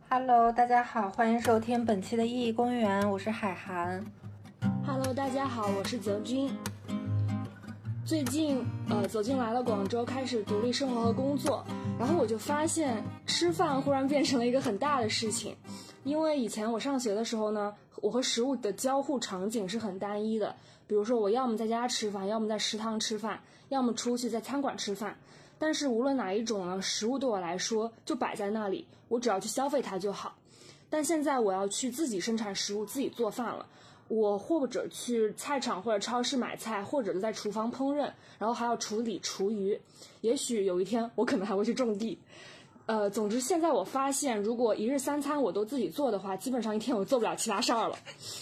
Hello，大家好，欢迎收听本期的意义公园，我是海涵。 Hello， 大家好，我是泽君。最近走进来了广州，开始独立生活和工作，然后我就发现吃饭忽然变成了一个很大的事情。因为以前我上学的时候呢，我和食物的交互场景是很单一的，比如说我要么在家吃饭，要么在食堂吃饭，要么出去在餐馆吃饭。但是无论哪一种呢，食物对我来说就摆在那里，我只要去消费它就好。但现在我要去自己生产食物，自己做饭了。我或者去菜场或者超市买菜，或者在厨房烹饪，然后还要处理厨余。也许有一天我可能还会去种地。总之现在我发现，如果一日三餐我都自己做的话，基本上一天我做不了其他事儿了。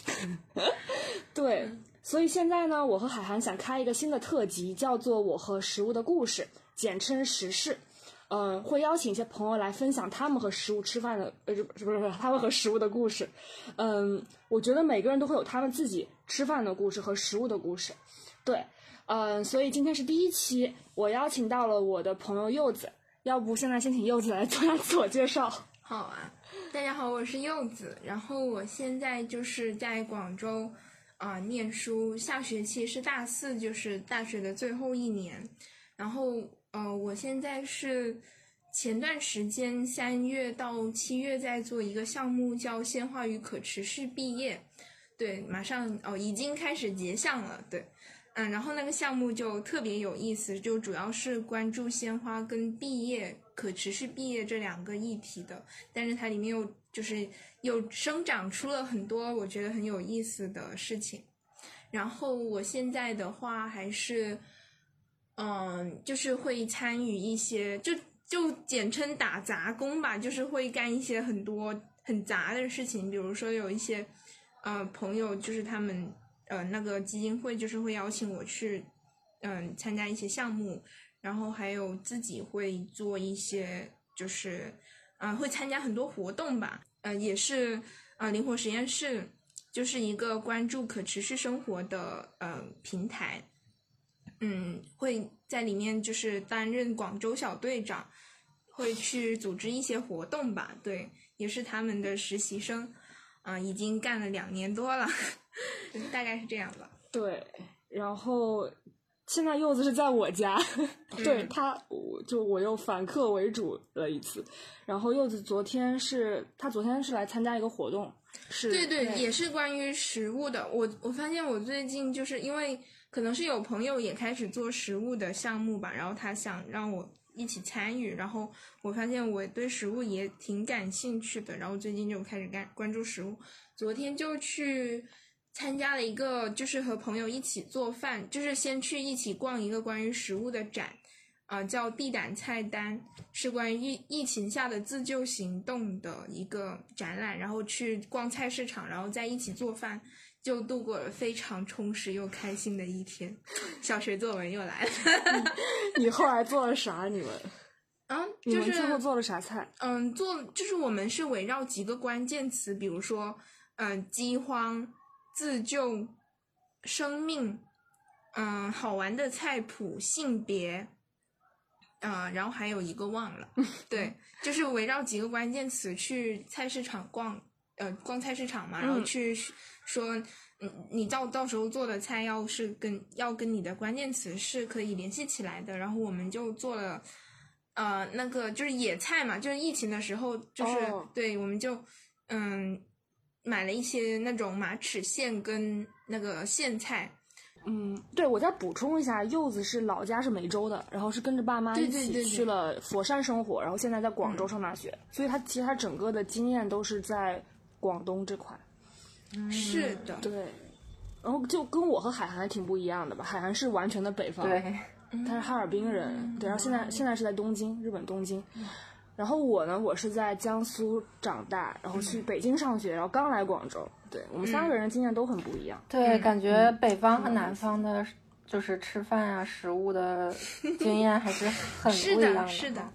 对，所以现在呢，我和海涵想开一个新的特辑，叫做我和食物的故事，简称食事。会邀请一些朋友来分享他们和食物吃饭的，不是他们和食物的故事。我觉得每个人都会有他们自己吃饭的故事和食物的故事。对，所以今天是第一期，我邀请到了我的朋友柚子，要不现在先请柚子来做下自我介绍。 好啊，大家好，我是柚子，然后我现在就是在广州念书，下学期是大四，就是大学的最后一年。然后我现在是前段时间3月到7月在做一个项目，叫鲜花与可持续毕业。对，马上已经开始结项了。对，然后那个项目就特别有意思，就主要是关注鲜花跟毕业、可持续毕业这两个议题的，但是它里面又生长出了很多我觉得很有意思的事情。然后我现在的话还是就是会参与一些就简称打杂工吧，就是会干一些很多很杂的事情，比如说有一些朋友就是他们那个基金会就是会邀请我去参加一些项目，然后还有自己会做一些就是会参加很多活动吧。也是灵活实验室就是一个关注可持续生活的平台。会在里面就是担任广州小队长，会去组织一些活动吧。对，也是他们的实习生，已经干了2年多了，大概是这样吧。 对，然后现在柚子是在我家，对我又反客为主了一次。然后柚子昨天是来参加一个活动， 对，也是关于食物的。我发现我最近就是因为可能是有朋友也开始做食物的项目吧，然后他想让我一起参与，然后我发现我对食物也挺感兴趣的，然后最近就开始关注食物。昨天就去参加了一个就是和朋友一起做饭，就是先去一起逛一个关于食物的展，叫地胆菜单，是关于疫情下的自救行动的一个展览，然后去逛菜市场，然后再一起做饭，就度过了非常充实又开心的一天。小学作文又来了。 你后来做了啥？你们就是你们最后做了啥菜？ 就是我们是围绕几个关键词，比如说饥荒、自救、生命，好玩的菜谱、性别，然后还有一个忘了。对，就是围绕几个关键词去菜市场逛菜市场嘛，然后去说你到时候做的菜要跟你的关键词是可以联系起来的。然后我们就做了那个就是野菜嘛，就是疫情的时候就是对，我们就买了一些那种马齿苋跟那个苋菜。 对，我再补充一下，柚子是老家是梅州的，然后是跟着爸妈一起去了佛山生活，然后现在在广州上大学，所以其实他整个的经验都是在广东这块。 是的， 对，然后就跟我和海涵挺不一样的吧，海涵是完全的北方， 对， 他是哈尔滨人，对，然后现在是在东京，日本东京。然后我是在江苏长大，然后去北京上学，然后刚来广州。对，我们3个人经验都很不一样。 对，感觉北方和南方的就是吃饭啊食物的经验还是很不一样的。 是的。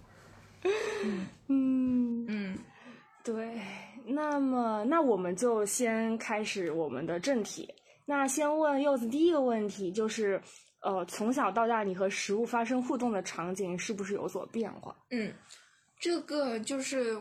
对，那我们就先开始我们的正题。那先问柚子第一个问题，就是从小到大你和食物发生互动的场景是不是有所变化？ 这个就是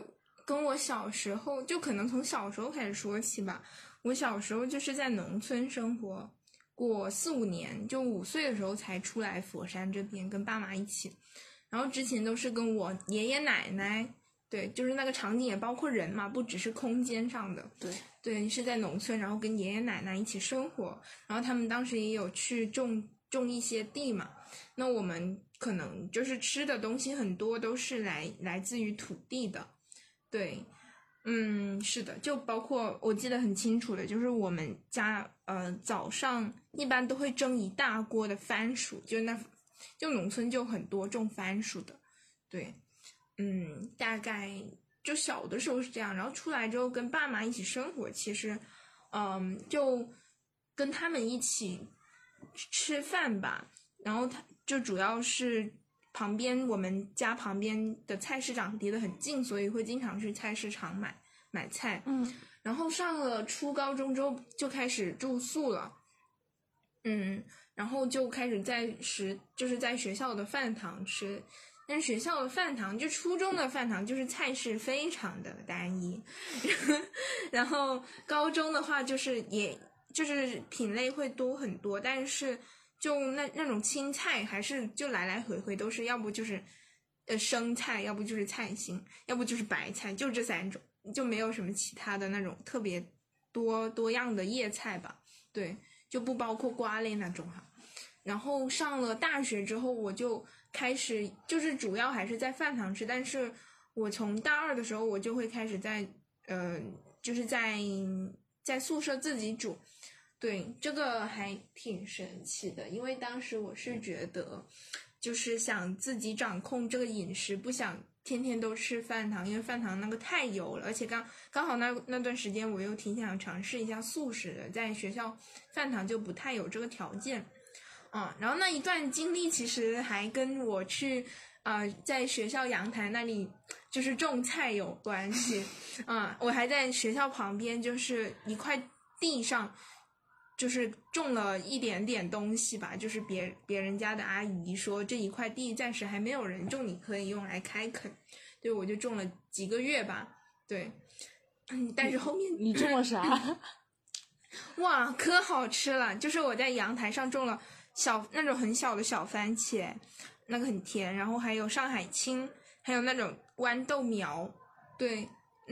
跟我小时候就可能从小时候开始说起吧。我小时候就是在农村生活过4-5年，就5岁的时候才出来佛山这边跟爸妈一起，然后之前都是跟我爷爷奶奶，对，就是那个场景也包括人嘛，不只是空间上的，对，是在农村，然后跟爷爷奶奶一起生活，然后他们当时也有去种一些地嘛，那我们可能就是吃的东西很多都是来自于土地的，对。是的，就包括我记得很清楚的，就是我们家早上一般都会蒸一大锅的番薯，就农村就很多种番薯的，对，大概就小的时候是这样，然后出来之后跟爸妈一起生活，其实就跟他们一起吃饭吧，然后他就主要是我们家旁边的菜市场离得很近，所以会经常去菜市场买菜。然后上了初高中之后就开始住宿了，然后就开始就是在学校的饭堂吃，但是学校的饭堂就初中的饭堂就是菜式非常的单一，然后高中的话就是品类会多很多，但是就那种青菜还是就来来回回都是要不就是生菜，要不就是菜心，要不就是白菜，就这3种，就没有什么其他的那种特别多样的叶菜吧，对，就不包括瓜类那种哈。然后上了大学之后，我就开始就是主要还是在饭堂吃，但是我从大2的时候我就会开始就是在宿舍自己煮。对，这个还挺神奇的，因为当时我是觉得就是想自己掌控这个饮食，不想天天都吃饭堂，因为饭堂那个太油了，而且刚好那段时间我又挺想尝试一下素食的，在学校饭堂就不太有这个条件。然后那一段经历其实还跟我去在学校阳台那里就是种菜有关系。我还在学校旁边就是一块地上就是种了一点点东西吧，就是别人家的阿姨说这一块地暂时还没有人种，你可以用来开垦，对，我就种了几个月吧，对，但是后面你种了啥？ 哇，可好吃了！就是我在阳台上种了那种很小的小番茄，那个很甜，然后还有上海青，还有那种豌豆苗，对，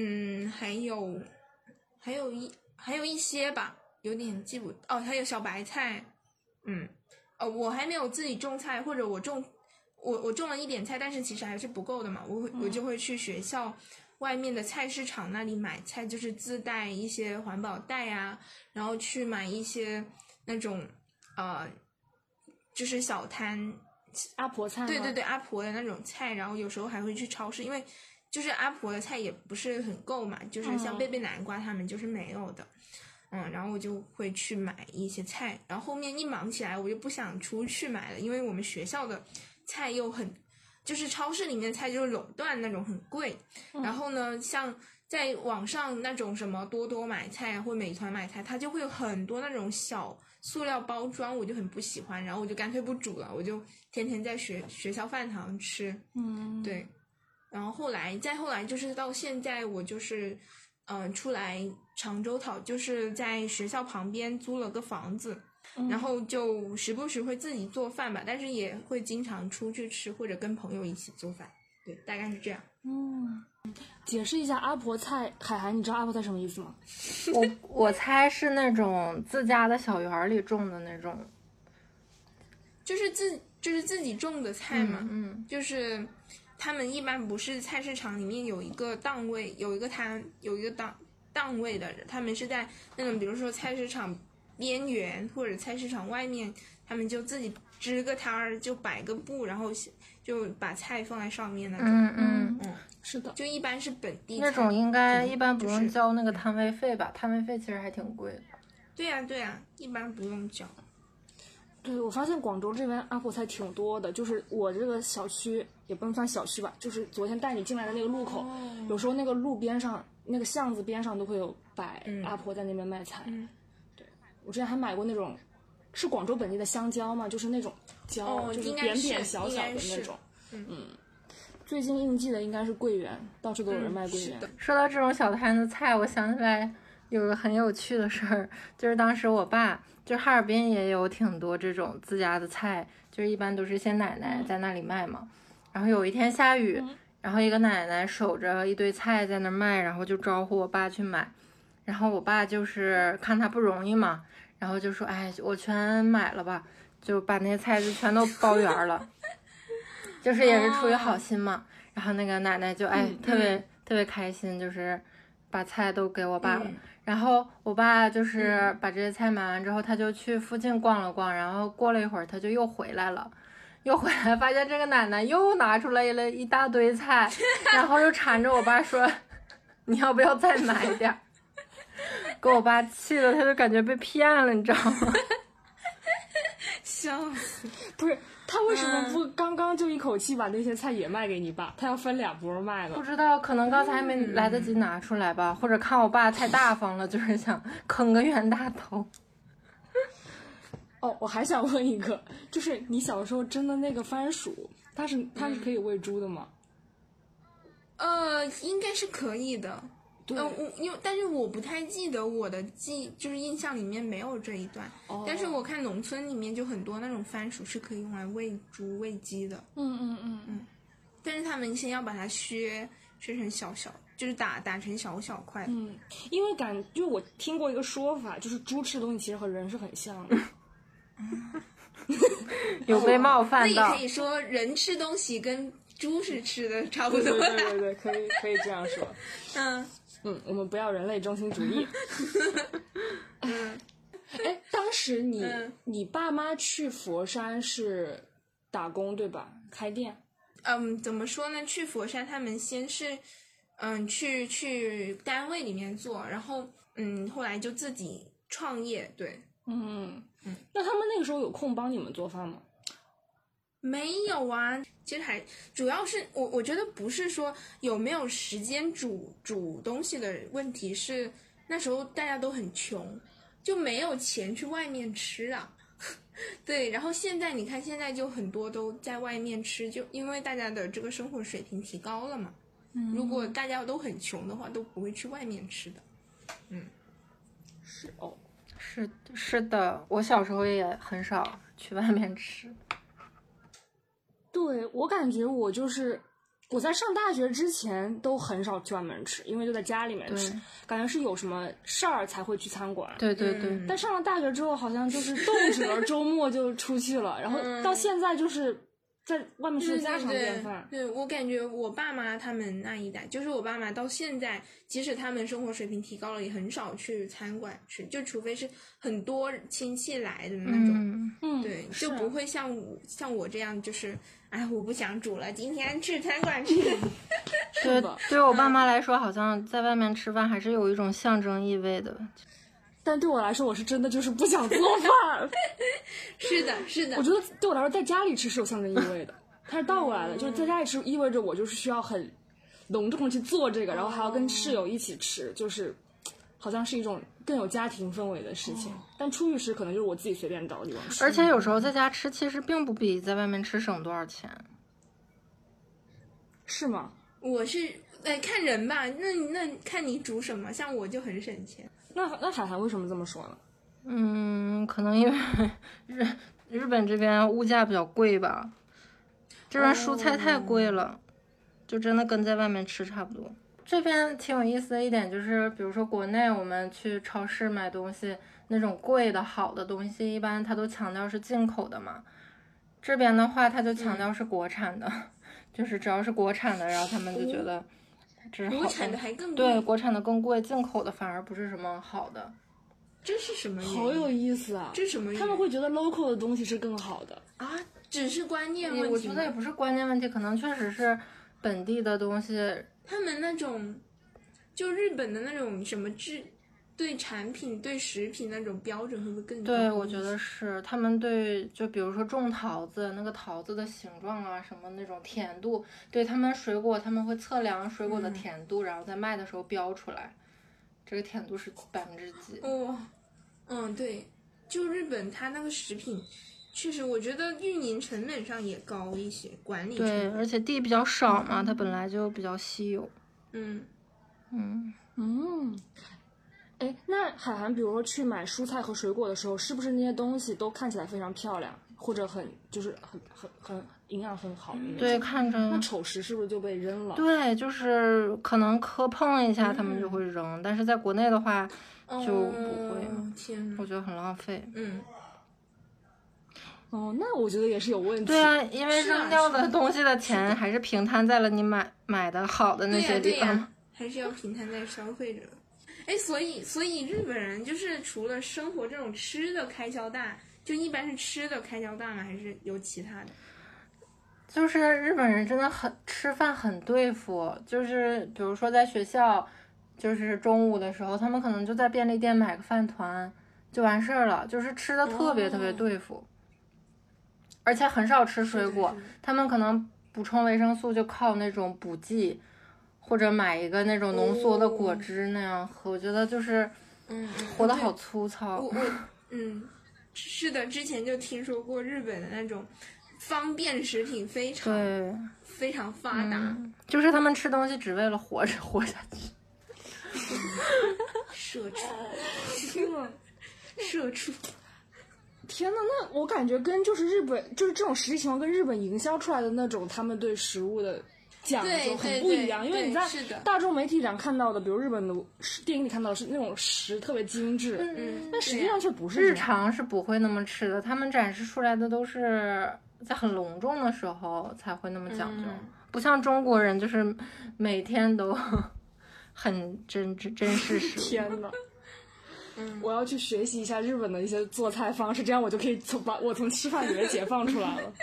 还有一些吧，有点记不还有小白菜，我还没有自己种菜，或者我种了一点菜，但是其实还是不够的嘛，我就会去学校外面的菜市场那里买菜，就是自带一些环保袋啊，然后去买一些那种就是小摊阿婆菜吗？ 对，阿婆的那种菜，然后有时候还会去超市，因为就是阿婆的菜也不是很够嘛，就是像贝贝南瓜他们就是没有的，然后我就会去买一些菜，然后后面一忙起来我就不想出去买了，因为我们学校的菜又就是超市里面的菜就是垄断那种很贵，然后呢像在网上那种什么多多买菜啊或美团买菜，它就会有很多那种小塑料包装，我就很不喜欢，然后我就干脆不煮了，我就天天在学校饭堂吃，对，然后后来就是到现在我就是出来常州就是在学校旁边租了个房子，然后就时不时会自己做饭吧，但是也会经常出去吃或者跟朋友一起做饭，对，大概是这样。 解释一下阿婆菜，海涵，你知道阿婆菜什么意思吗？ 我猜是那种自家的小园里种的那种， 就是自己种的菜嘛，就是他们一般不是菜市场里面有一个档位，有一个档位的人，他们是在那种比如说菜市场边缘或者菜市场外面，他们就自己支个摊儿，就摆个布，然后就把菜放在上面那种。 是的， 就一般是本地菜那种应该一般不用交那个摊位费吧？摊位费其实还挺贵的。 对呀，一般不用交。 对，我发现广州这边阿婆菜挺多的，就是我这个小区也不能算小区吧，就是昨天带你进来的那个路口，有时候那个路边上那个巷子边上都会有摆阿婆在那边卖菜。对，我之前还买过那种是广州本地的香蕉嘛，就是那种蕉，就是扁扁小小的那种。 最近应季的应该是桂圆，到处都有人卖桂圆。 说到这种小摊子菜，我想起来有个很有趣的事儿，就是当时我爸，就是哈尔滨也有挺多这种自家的菜，就是一般都是一些奶奶在那里卖嘛。然后有一天下雨，然后一个奶奶守着一堆菜在那卖，然后就招呼我爸去买。然后我爸就是看他不容易嘛，然后就说：“哎，我全买了吧。”就把那些菜就全都包圆了，就是也是出于好心嘛。然后那个奶奶就特别开心，就是把菜都给我爸了。然后我爸就是把这些菜买完之后，他就去附近逛了逛，然后过了一会儿他就又回来了。又回来发现这个奶奶又拿出来了一大堆菜，然后又缠着我爸说：“你要不要再买点？”给我爸气的，他就感觉被骗了，你知道吗？ 笑死！ 不是他为什么不刚刚就一口气把那些菜也卖给你爸？他要分2波卖呢？ 不知道，可能刚才还没来得及拿出来吧，或者看我爸太大方了，就是想坑个冤大头。 哦，我还想问一个，就是你小时候蒸的那个番薯，它是可以喂猪的吗？ 应该是可以的。但是我不太记得，我的就是印象里面没有这一段。但是我看农村里面就很多那种番薯是可以用来喂猪喂鸡的。但是他们先要把它削成小，就是打成小块。 因为我听过一个说法，就是猪吃的东西其实和人是很像的。 有被冒犯到。 那也可以说人吃东西跟猪是吃的差不多。 对，可以这样说。我们不要人类中心主义。当时你爸妈去佛山是打工对吧？开店？ 怎么说呢？去佛山他们先是去单位里面做，然后后来就自己创业。对。 那他们那个时候有空帮你们做饭吗？ 没有啊，其实还主要是我觉得不是说有没有时间煮东西的问题，是那时候大家都很穷，就没有钱去外面吃啊。对，然后现在你看，现在就很多都在外面吃，就因为大家的这个生活水平提高了嘛。如果大家都很穷的话，都不会去外面吃的。 是的，我小时候也很少去外面吃。 对，我感觉我在上大学之前都很少去外面吃，因为就在家里面吃，感觉是有什么事儿才会去餐馆。 对。 但上了大学之后，好像就是动辄周末就出去了，然后到现在就是在外面吃的家常便饭。 对，我感觉我爸妈他们那一代，就是我爸妈到现在，即使他们生活水平提高了，也很少去餐馆吃，就除非是很多亲戚来的那种。对，就不会像我这样，就是我不想煮了，今天去餐馆吃。 对我爸妈来说，好像在外面吃饭还是有一种象征意味的。 但对我来说，我是真的就是不想做饭。 是的。 我觉得对我来说，在家里吃是有象征意味的，它是倒过来的，就是在家里吃意味着我就是需要很隆重的去做这个，然后还要跟室友一起吃，就是好像是一种更有家庭氛围的事情。但出去吃可能就是我自己随便找地方吃。 而且有时候在家吃其实并不比在外面吃省多少钱。 是吗？ 我是看人吧，那看你煮什么，像我就很省钱。 那海涵为什么这么说呢？ 可能因为日本这边物价比较贵吧，这边蔬菜太贵了，就真的跟在外面吃差不多。这边挺有意思的一点就是，比如说国内我们去超市买东西，那种贵的好的东西，一般它都强调是进口的嘛。这边的话，它就强调是国产的，就是只要是国产的，然后他们就觉得这是好的。 国产的还更贵。 对，国产的更贵，进口的反而不是什么好的。 这是什么原因？ 好有意思啊！ 这是什么原因？ 他们会觉得 local 的东西是更好的啊？只是观念问题？ 我觉得也不是观念问题，可能确实是本地的东西。 他们那种，就日本的那种什么对产品、对食品那种标准会不会更高？ 对，我觉得是他们对，就比如说种桃子，那个桃子的形状啊，什么那种甜度，对他们水果他们会测量水果的甜度，然后在卖的时候标出来。这个甜度是几%。 对，就日本它那个食品， 确实，我觉得运营成本上也高一些，管理成对， 本。 而且地比较少嘛，它本来就比较稀有。 嗯哎，那海涵，比如说去买蔬菜和水果的时候，是不是那些东西都看起来非常漂亮，或者就是很营养很好的那种？ 对，看着那丑时是不是就被扔了？ 对，就是可能磕碰一下他们就会扔，但是在国内的话就不会， 天哪， 我觉得很浪费。 哦，那我觉得也是有问题。 对啊，因为扔掉的东西的钱还是平摊在了你买的好的那些地方。 还是要平摊在消费者。哎，所以日本人就是除了生活这种吃的开销大，就一般是吃的开销大吗？还是有其他的？ 就是日本人真的吃饭很对付，就是比如说在学校，就是中午的时候，他们可能就在便利店买个饭团就完事儿了，就是吃的特别特别对付，而且很少吃水果，他们可能补充维生素就靠那种补剂，或者买一个那种浓缩的果汁那样喝，我觉得就是活得好粗糙。 是的，之前就听说过日本的那种方便食品非常发达， 就是他们吃东西只为了活下去。 社畜。 天呐，那我感觉跟就是日本就是这种实际情况跟日本营销出来的那种他们对食物的讲究很不一样，因为你在大众媒体上看到的，比如日本的电影里看到的是那种食特别精致，但实际上却不是。 日常是不会那么吃的，他们展示出来的都是在很隆重的时候才会那么讲究，不像中国人就是每天都很真实食物。 天呐！我要去学习一下日本的一些做菜方式，这样我就可以把我从吃饭里面解放出来了。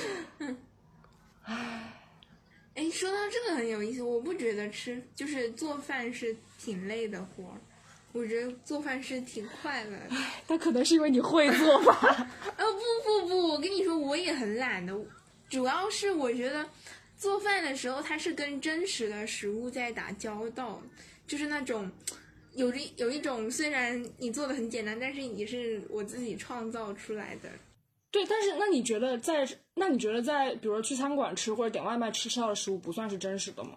哎，说到这个很有意思，我不觉得就是做饭是挺累的活儿，我觉得做饭是挺快乐的。 那可能是因为你会做吧？ 不，我跟你说，我也很懒的，主要是我觉得做饭的时候，它是跟真实的食物在打交道，就是那种。有一种虽然你做的很简单，但是也是我自己创造出来的。 对，但是那你觉得在比如说去餐馆吃或者点外卖吃到的食物不算是真实的吗？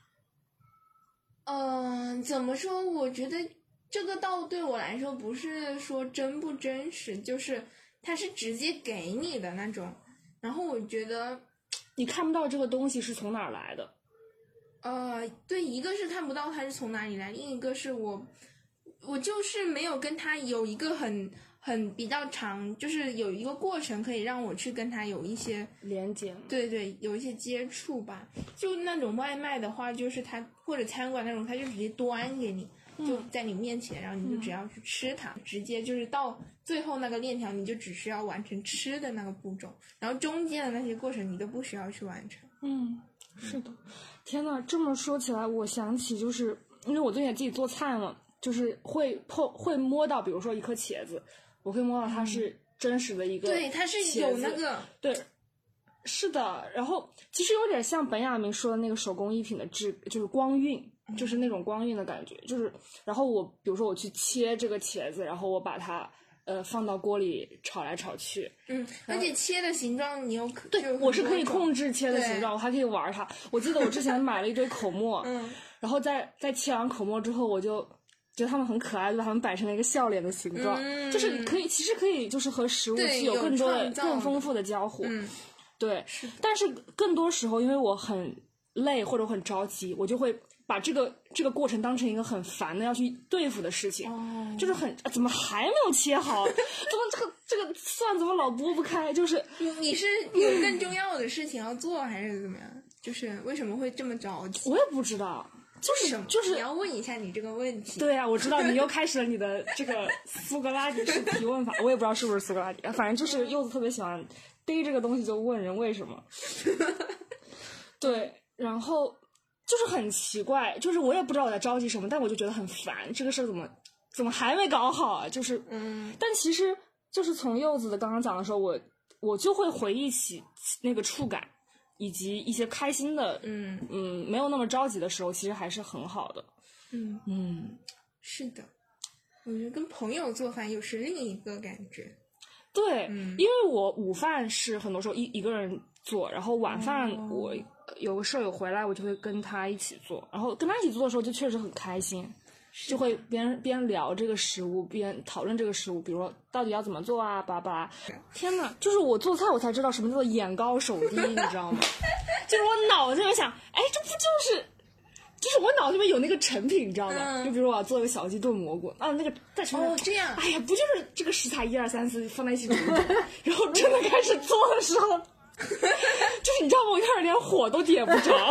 怎么说？我觉得这个倒对我来说不是说真不真实，就是它是直接给你的那种。然后我觉得你看不到这个东西是从哪儿来的。 对，一个是看不到它是从哪里来，另一个是我就是没有跟它有一个很比较长，就是有一个过程可以让我去跟它有一些连接。 对，有一些接触吧。就那种外卖的话，就是它或者餐馆那种，它就直接端给你，就在你面前，然后你就只要去吃它，直接就是到最后那个链条，你就只需要完成吃的那个步骤，然后中间的那些过程你都不需要去完成。 是的。天呐，这么说起来，我想起就是因为我最近也自己做菜嘛，就是会摸到，比如说一颗茄子，我会摸到它是真实的一个茄子， 对，它是有那个， 对，是的。然后其实有点像本雅明说的那个手工艺品的就是光晕，就是那种光晕的感觉，就是然后比如说我去切这个茄子，然后我把它放到锅里炒来炒去， 而且切的形状你对，我是可以控制切的形状，我还可以玩它。我记得我之前买了一堆口沫，然后在切完口沫之后，我就觉得它们很可爱，就把它们摆成了一个笑脸的形状，就是其实可以就是和食物具有更多的更丰富的交互，对。但是更多时候，因为我很累或者我很着急，我就会把这个过程当成一个很烦的要去对付的事情，就是怎么还没有切好？怎么这个蒜怎么老剥不开？就是你是有更重要的事情要做，还是怎么样？就是为什么会这么着急？ 我也不知道，就是你要问一下你这个问题。 对啊，我知道你又开始了你的这个苏格拉底式提问法，我也不知道是不是苏格拉底，反正就是柚子特别喜欢逮这个东西就问人为什么。对，然后就是很奇怪，就是我也不知道我在着急什么，但我就觉得很烦，这个事儿怎么还没搞好啊？就是但其实就是从柚子的刚刚讲的时候，我就会回忆起那个触感，以及一些开心的没有那么着急的时候，其实还是很好的。是的，我觉得跟朋友做饭又是另一个感觉。 对，因为我午饭是很多时候一个人做，然后晚饭我有个舍友回来，我就会跟他一起做，然后跟他一起做的时候就确实很开心，就会边聊这个食物，边讨论这个食物，比如说到底要怎么做啊，巴拉巴拉。天哪，就是我做菜我才知道什么叫做眼高手低，你知道吗？就是我脑子里面想，哎，这不就是我脑子里面有那个成品，你知道吗？就比如我要做一个小鸡炖蘑菇，那个在成品这样， 哎呀，不就是这个食材1、2、3、4放在一起煮，然后真的开始做的时候，就是你知道吗？我一开始连火都点不着。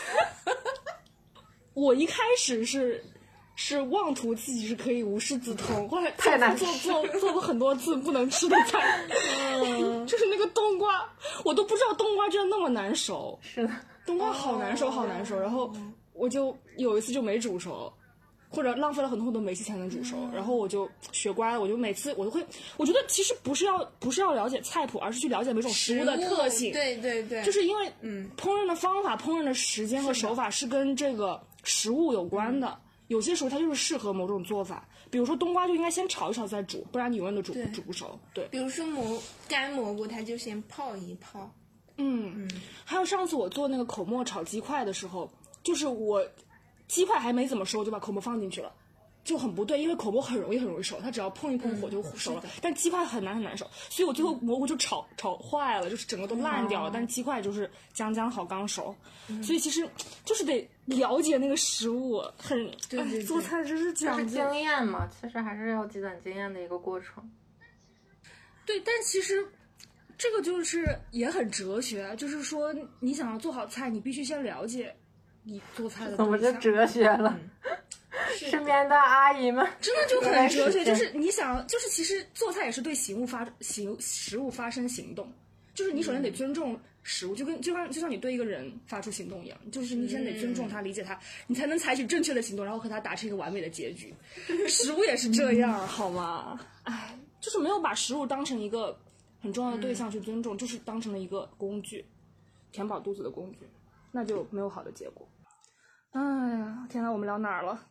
我一开始是妄图自己是可以无师自通，后来太难做过很多次不能吃的菜，就是那个冬瓜，我都不知道冬瓜居然那么难熟。 是的， 冬瓜好难熟，好难熟。然后我就有一次就没煮熟，或者浪费了很多煤气才能煮熟。然后我就学乖了，我就每次我都会，我觉得其实不是要了解菜谱，而是去了解每种食物的特性。 对对对， 就是因为烹饪的方法、烹饪的时间和手法是跟这个食物有关的。有些时候它就是适合某种做法，比如说冬瓜就应该先炒一炒再煮，不然你永远都煮不熟。对， 比如说干蘑菇，它就先泡一泡。 还有上次我做那个口沫炒鸡块的时候，就是我鸡块还没怎么熟就把口沫放进去了，就很不对，因为口沫很容易熟，它只要碰一碰火就熟了，但鸡块很难熟，所以我最后蘑菇就炒坏了，就是整个都烂掉了，但是鸡块就是刚好刚熟，所以其实就是得了解那个食物，对，做菜真是讲究经验嘛，其实还是要积攒经验的一个过程。 对，但其实这个就是也很哲学，就是说你想要做好菜，你必须先了解你做菜的对象。 怎么就哲学了？身边的阿姨们真的就很哲学，就是你想，就是其实做菜也是对食物发生行动，就是你首先得尊重食物，就像你对一个人发出行动一样，就是你先得尊重他、理解他，你才能采取正确的行动，然后和他达成一个完美的结局。食物也是这样，好吗？哎，就是没有把食物当成一个很重要的对象去尊重，就是当成了一个工具，填饱肚子的工具，那就没有好的结果。哎呀，天哪，我们聊哪儿了？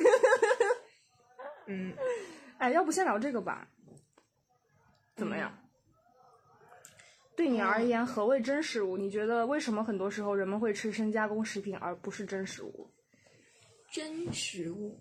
哎，要不先聊这个吧？怎么样？对你而言，何谓真食物？你觉得为什么很多时候人们会吃深加工食品而不是真食物？ 真食物，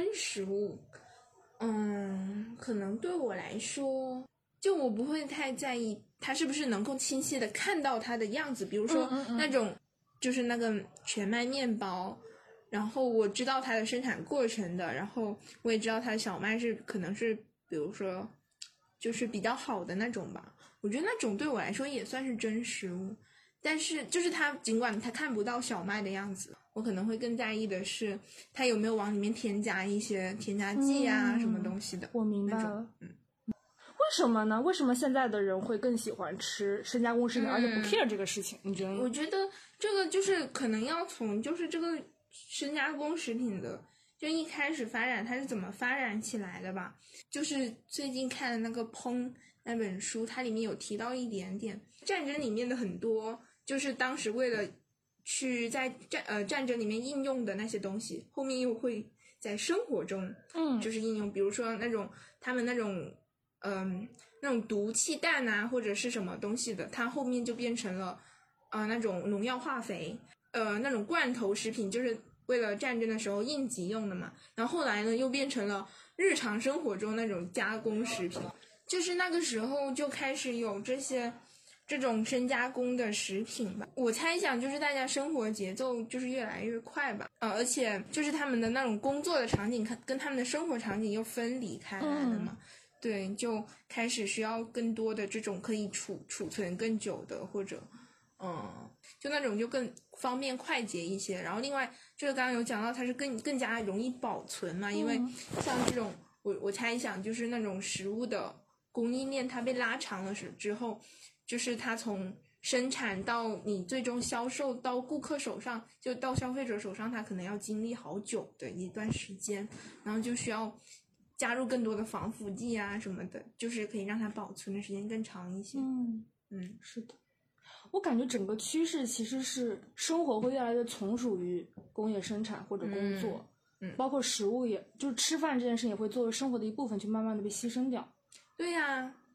可能对我来说，就我不会太在意它是不是能够清晰的看到它的样子，比如说那种就是那个全麦面包，然后我知道它的生产过程的，然后我也知道它的小麦是可能是比如说就是比较好的那种吧，我觉得那种对我来说也算是真食物。但是就是它尽管它看不到小麦的样子，我可能会更在意的是它有没有往里面添加一些添加剂啊、什么东西的。 我明白了。为什么呢？为什么现在的人会更喜欢吃深加工食品，而且不 care 这个事情？你觉得呢？ 我觉得这个就是可能要从就是这个深加工食品的就一开始发展它是怎么发展起来的吧。就是最近看的那个烹那本书，它里面有提到一点点战争里面的很多就是当时为了去在战争里面应用的那些东西，后面又会在生活中就是应用，比如说那种他们那种那种毒气弹啊或者是什么东西的，它后面就变成了那种农药化肥，那种罐头食品就是为了战争的时候应急用的嘛，然后后来呢又变成了日常生活中那种加工食品，就是那个时候就开始有这种深加工的食品吧。我猜想就是大家生活节奏就是越来越快吧，而且就是他们的那种工作的场景跟他们的生活场景又分离开来了嘛。对，就开始需要更多的这种可以储存更久的，或者就那种就更方便快捷一些。然后另外就是刚刚有讲到它是更加容易保存嘛，因为像这种我猜想就是那种食物的供应链它被拉长了之后，就是它从生产到你最终销售到顾客手上，就到消费者手上，它可能要经历好久的一段时间，然后就需要加入更多的防腐剂啊什么的，就是可以让它保存的时间更长一些。 是的。我感觉整个趋势其实是生活会越来越从属于工业生产或者工作，包括食物也就是吃饭这件事也会作为生活的一部分去慢慢的被牺牲掉。 对呀，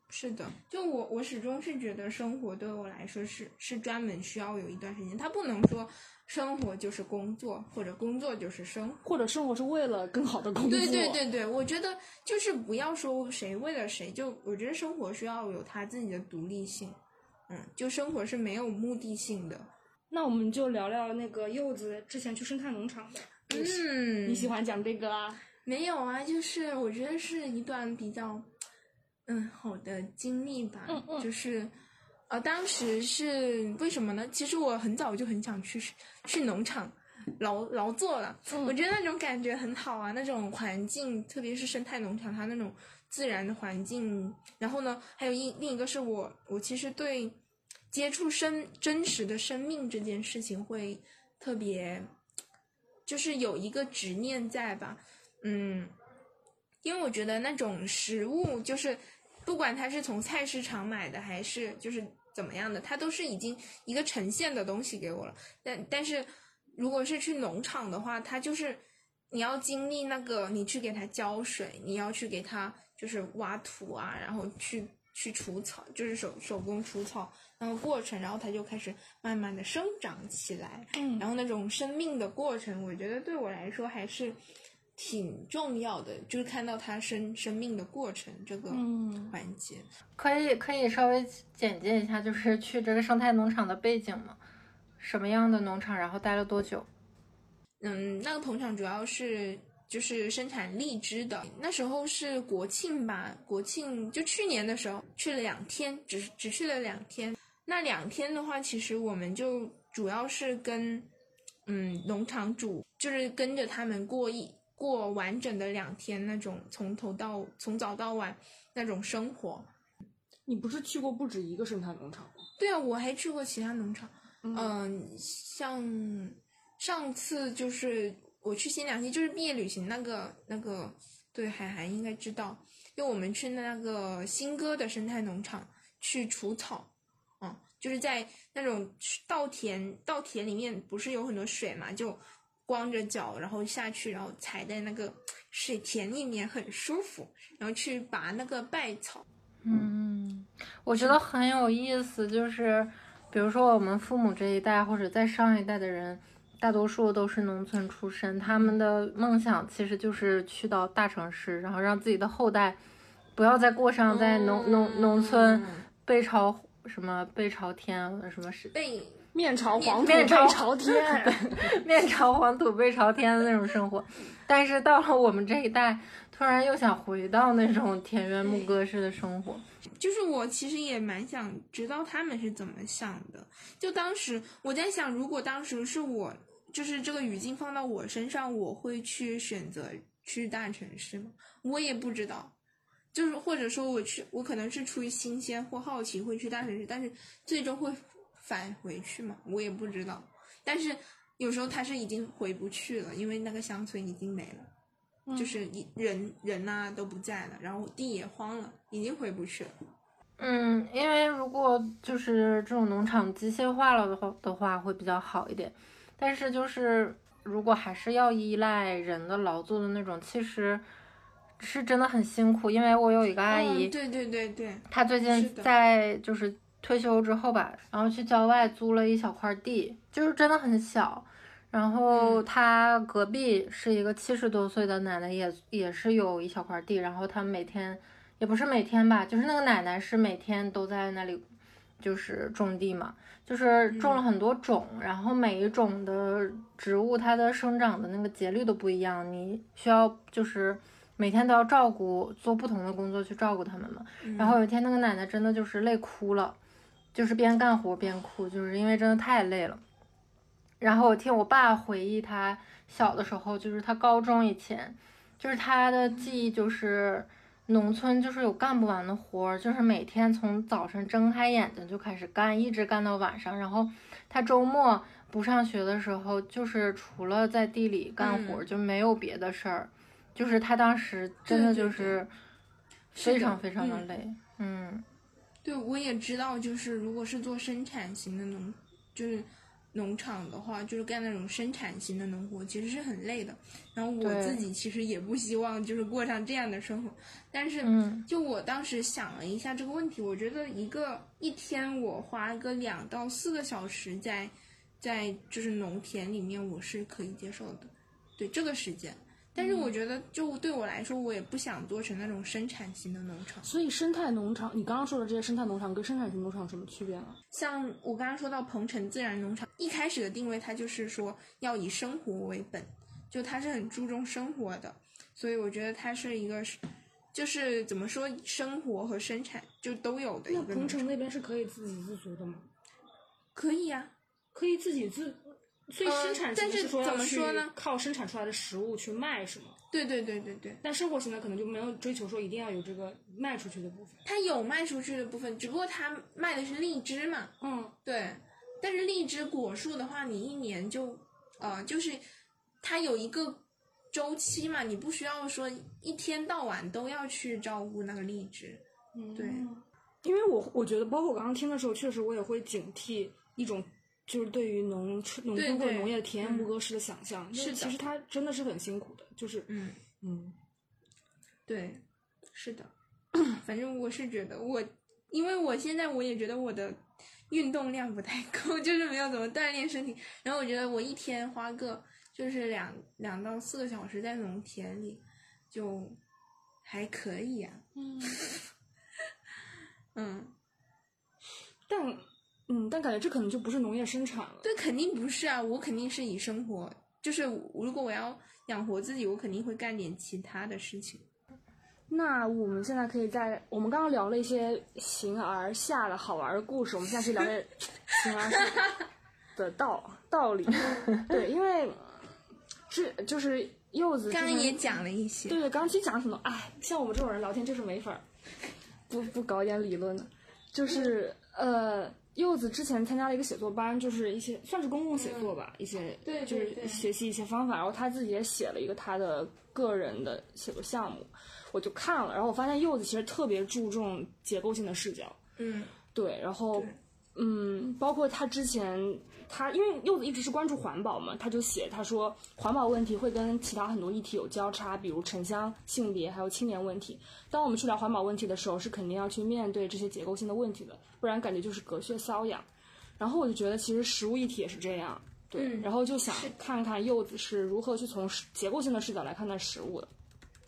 是的，就我始终是觉得生活对我来说是专门需要有一段时间，它不能说生活就是工作，或者工作就是生活， 或者生活是为了更好的工作。 对，我觉得就是不要说谁为了谁，就我觉得生活需要有它自己的独立性，就生活是没有目的性的。 那我们就聊聊那个柚子之前去生态农场的。你喜欢讲这个啊？ 没有啊，就是我觉得是一段比较好的经历吧。就是当时是为什么呢？其实我很早就很想去农场劳作了。我觉得那种感觉很好啊，那种环境，特别是生态农场，它那种自然的环境。然后呢，还有另一个是我其实对接触真实的生命这件事情会特别，就是有一个执念在吧。因为我觉得那种食物，就是不管它是从菜市场买的还是就是怎么样的，它都是已经一个呈现的东西给我了。但是如果是去农场的话，它就是你要经历那个，你去给它浇水，你要去给它就是挖土啊，然后去除草，就是手工除草那个过程，然后它就开始慢慢的生长起来。然后那种生命的过程，我觉得对我来说还是挺重要的，就是看到它生命的过程这个环节。 可以稍微简介一下，就是去这个生态农场的背景吗？什么样的农场，然后待了多久？ 那个棚场主要是就是生产荔枝的。那时候是国庆吧，国庆就去年的时候去了2天，只去了2天。那2天的话，其实我们就主要是跟农场主，就是跟着他们过完整的2天那种从早到晚那种生活。 你不是去过不止一个生态农场吗？ 对啊，我还去过其他农场。像上次就是我去新良溪，就是毕业旅行那个，对，海涵应该知道，就我们去那个新歌的生态农场去除草。就是在那种稻田里面不是有很多水嘛，就光着脚然后下去，然后踩在那个水田里面很舒服，然后去拔那个稗草。 我觉得很有意思，就是比如说我们父母这一代或者再上一代的人，大多数都是农村出身，他们的梦想其实就是去到大城市，然后让自己的后代不要再过上在农村背朝天，什么是面朝黄土背朝天， 面朝黄土背朝天的那种生活。但是到了我们这一代，突然又想回到那种田园牧歌式的生活。 就是我其实也蛮想知道他们是怎么想的。就当时我在想，如果当时是我，就是这个语境放到我身上，我会去选择去大城市吗？我也不知道。就是或者说我可能是出于新鲜或好奇会去大城市，但是最终会返回去嘛，我也不知道。但是有时候他是已经回不去了，因为那个乡村已经没了，就是人啊都不在了，然后地也荒了，已经回不去了。 因为如果就是这种农场机械化了的话会比较好一点，但是就是如果还是要依赖人的劳作的那种，其实是真的很辛苦。因为我有一个阿姨， 对， 她最近在就是退休之后吧，然后去郊外租了一小块地，就是真的很小。然后她隔壁是一个70多岁的奶奶，也是有一小块地，然后她每天也不是每天吧，就是那个奶奶是每天都在那里就是种地嘛，就是种了很多种，然后每一种的植物它的生长的那个节律都不一样，你需要就是每天都要照顾，做不同的工作去照顾它们嘛。然后有一天那个奶奶真的就是累哭了，就是边干活边哭，就是因为真的太累了。然后我听我爸回忆他小的时候，就是他高中以前，就是他的记忆就是农村就是有干不完的活，就是每天从早晨睁开眼睛就开始干，一直干到晚上。然后他周末不上学的时候，就是除了在地里干活就没有别的事儿。就是他当时真的就是非常非常的累。 对，我也知道，就是如果是做生产型的就是农场的话，就是干那种生产型的农活，其实是很累的。然后我自己其实也不希望就是过上这样的生活，但是就我当时想了一下这个问题，我觉得一天我花个2到4个小时在就是农田里面，我是可以接受的，对这个时间。但是我觉得，就对我来说，我也不想做成那种生产型的农场。 所以生态农场，你刚刚说的这些生态农场跟生产型农场有什么区别呢？ 像我刚刚说到鹏城自然农场，一开始的定位它就是说要以生活为本，就它是很注重生活的，所以我觉得它是一个，就是怎么说，生活和生产就都有的一个农场。 那鹏城那边是可以自给自足的吗？ 可以呀， 可以自给自。所以生产型但是说怎么说呢？ 靠生产出来的食物去卖是吗？ 对。 但生活型的可能就没有追求说一定要有这个卖出去的部分。 它有卖出去的部分，只不过它卖的是荔枝嘛。对。但是荔枝果树的话，你一年就是它有一个周期嘛，你不需要说一天到晚都要去照顾那个荔枝。对。 因为我觉得，包括我刚刚听的时候，确实我也会警惕一种。就是对于农村或者农业田园牧歌式的想象， 是的， 其实它真的是很辛苦的，就是对，是的，反正我是觉得因为我现在我也觉得我的运动量不太够，就是没有怎么锻炼身体，然后我觉得我一天花个就是2到4个小时在农田里，就还可以啊。 但感觉这可能就不是农业生产了。 对，肯定不是啊，我肯定是以生活，就是如果我要养活自己，我肯定会干点其他的事情。 那我们现在可以我们刚刚聊了一些形而下的好玩的故事，我们现在可以聊点形而下的道理。对，因为就是柚子刚刚也讲了一些。 对，刚刚其实讲什么？像我们这种人聊天就是没法不搞一点理论的，就是柚子之前参加了一个写作班，就是一些算是公共写作吧，一些对， 就是学习一些方法，然后他自己也写了一个他的个人的写作项目，我就看了，然后我发现柚子其实特别注重结构性的视角，对，然后包括他之前因为柚子一直是关注环保嘛，他就他说环保问题会跟其他很多议题有交叉，比如城乡、性别还有青年问题。当我们去聊环保问题的时候，是肯定要去面对这些结构性的问题的，不然感觉就是隔靴搔痒。然后我就觉得其实食物议题也是这样，对，然后就想看看柚子是如何去从结构性的视角来看待食物的。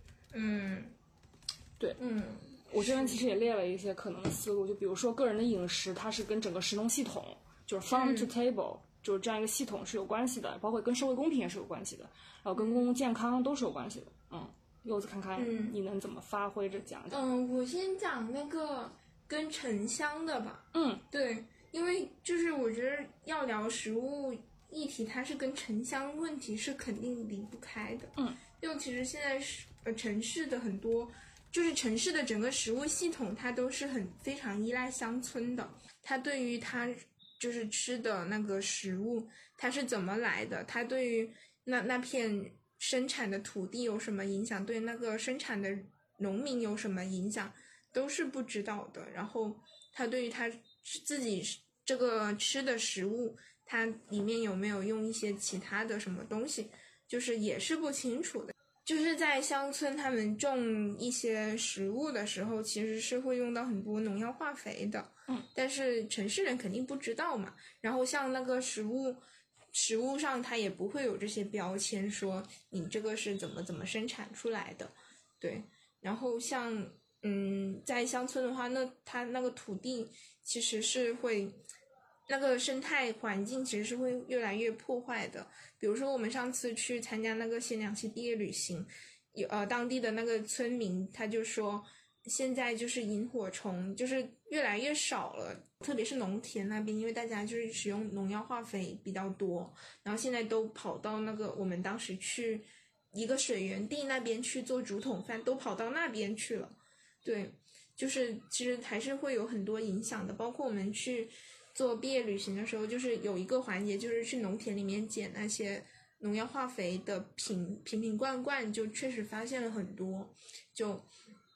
对，我这边其实也列了一些可能的思路，就比如说个人的饮食，它是跟整个食农系统，就是 farm to table，就是这样一个系统是有关系的，包括跟社会公平也是有关系的，然后跟公共健康都是有关系的。柚子看看你能怎么发挥着讲讲。 我先讲那个跟城乡的吧。对，因为就是我觉得要聊食物议题，它是跟城乡问题是肯定离不开的。因为其实现在城市的很多，就是城市的整个食物系统，它都是非常依赖乡村的。它对于它就是吃的那个食物，它是怎么来的？它对于那片生产的土地有什么影响？对那个生产的农民有什么影响？都是不知道的。然后它对于它自己这个吃的食物，它里面有没有用一些其他的什么东西，就是也是不清楚的。就是在乡村他们种一些食物的时候，其实是会用到很多农药化肥的。但是城市人肯定不知道嘛。然后像那个食物上它也不会有这些标签说你这个是怎么生产出来的。对，然后像在乡村的话，那它那个土地其实是会那个生态环境其实是会越来越破坏的。比如说我们上次去参加那个限量期毕业旅行，当地的那个村民他就说，现在就是萤火虫就是越来越少了，特别是农田那边，因为大家就是使用农药化肥比较多，然后现在都跑到那个我们当时去一个水源地那边去做竹筒饭，都跑到那边去了。对，就是其实还是会有很多影响的。包括我们去做毕业旅行的时候，就是有一个环节就是去农田里面捡那些农药化肥的瓶罐，就确实发现了很多。就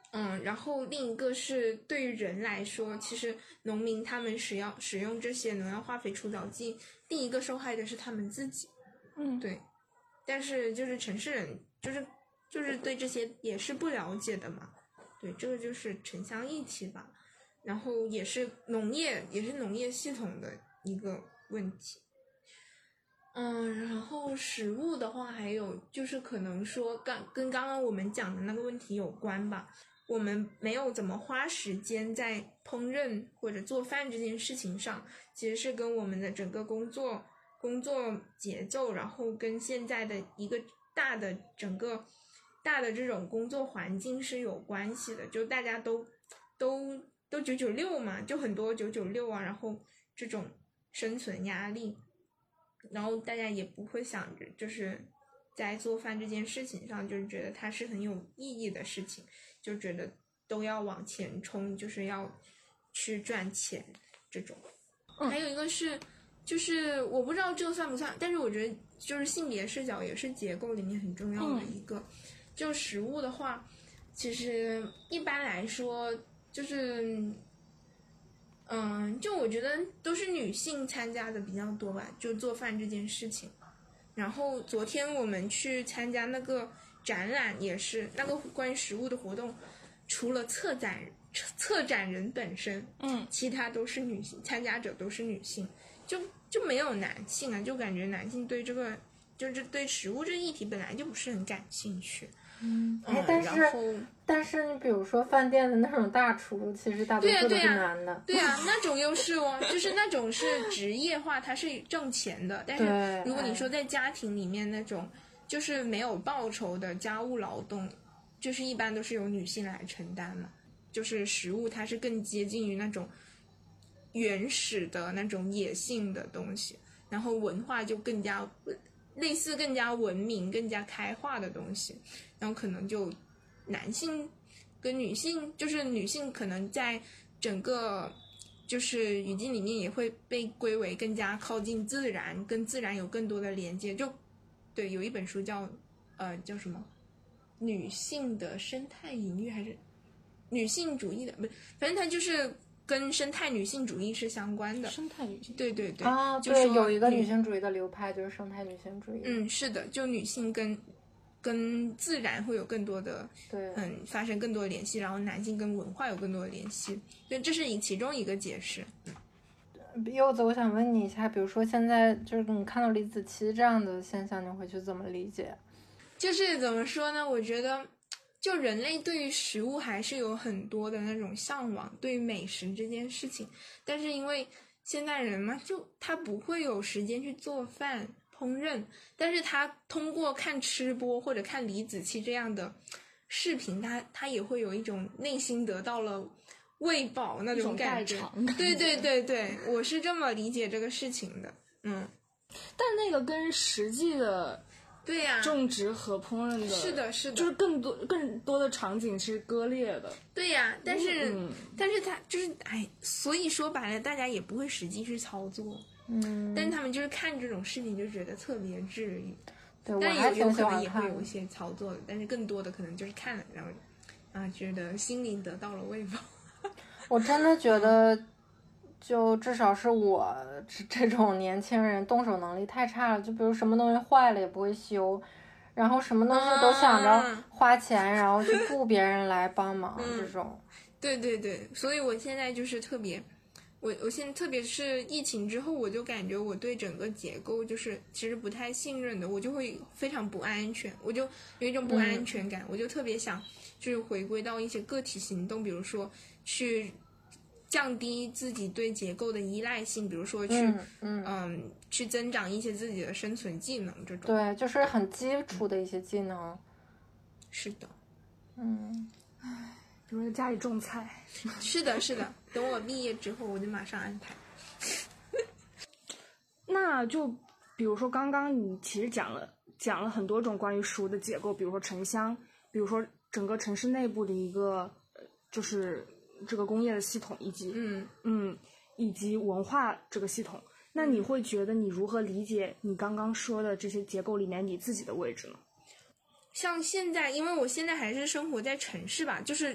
然后另一个是对于人来说，其实农民他们使用这些农药化肥除草剂，第一个受害的是他们自己。对。但是就是城市人就是对这些也是不了解的嘛。对，这个就是城乡一体吧。然后也是农业系统的一个问题。然后食物的话，还有就是可能说跟刚刚我们讲的那个问题有关吧。我们没有怎么花时间在烹饪或者做饭这件事情上，其实是跟我们的整个工作节奏，然后跟现在的一个大的这种工作环境是有关系的。就大家都996嘛，就很多996啊，然后这种生存压力，然后大家也不会想着就是在做饭这件事情上就是觉得它是很有意义的事情，就觉得都要往前冲，就是要去赚钱这种。还有一个是就是我不知道这个算不算，但是我觉得就是性别视角也是结构里面很重要的一个。就食物的话，其实一般来说就是就我觉得都是女性参加的比较多吧，就做饭这件事情。然后昨天我们去参加那个展览，也是那个关于食物的活动，除了策展人本身，其他都是女性，参加者都是女性，就没有男性啊，就感觉男性对这个就是对食物这议题本来就不是很感兴趣。 但是你比如说饭店的那种大厨，其实大多数都是男的。 对啊，那种又是就是那种是职业化，它是挣钱的。但是如果你说在家庭里面那种就是没有报酬的家务劳动，就是一般都是由女性来承担嘛。就是食物它是更接近于那种原始的那种野性的东西，然后文化就更加类似更加文明更加开化的东西，然后可能就男性跟女性，就是女性可能在整个就是语境里面也会被归为更加靠近自然，跟自然有更多的连接。就对，有一本书叫什么女性的生态隐喻还是女性主义的，不是，反正它就是跟生态女性主义是相关的。 生态女性， 对对对啊，对，有一个女性主义的流派就是生态女性主义。 是的，就女性跟自然会有更多的发生更多的联系，然后男性跟文化有更多的联系，对，这是其中一个解释。 柚子，我想问你一下，比如说现在就是你看到李子柒这样的现象，你会去怎么理解？ 就是怎么说呢？我觉得就人类对于食物还是有很多的那种向往，对于美食这件事情，但是因为现代人嘛，就他不会有时间去做饭烹饪，但是他通过看吃播或者看李子柒这样的视频，他也会有一种内心得到了喂饱那种感觉。对对对对，我是这么理解这个事情的。 但那个跟实际的对呀种植和烹饪的是的就是更多的场景是割裂的。 对呀，但是他就是所以说白了大家也不会实际去操作。但是他们就是看这种视频就觉得特别治愈。 对， 但我有可能也会有一些操作的，但是更多的可能就是看了然后觉得心灵得到了慰藉。 我真的觉得就至少是我这种年轻人动手能力太差了，就比如什么东西坏了也不会修，然后什么东西都想着花钱然后去雇别人来帮忙这种。 对对对，所以我现在就是特别我现在特别是疫情之后，我就感觉我对整个结构就是其实不太信任的，我就会非常不安全，我就有一种不安全感，我就特别想就是回归到一些个体行动，比如说去降低自己对结构的依赖性，比如说去增长一些自己的生存技能这种。 对，就是很基础的一些技能。 是的。 比如在家里种菜。 是的是的，等我毕业之后我就马上安排。 那就比如说刚刚你其实讲了很多种关于食物的结构，比如说城乡，比如说整个城市内部的一个就是这个工业的系统，以及以及文化这个系统。那你会觉得你如何理解你刚刚说的这些结构里面你自己的位置呢？ 像现在因为我现在还是生活在城市吧，就是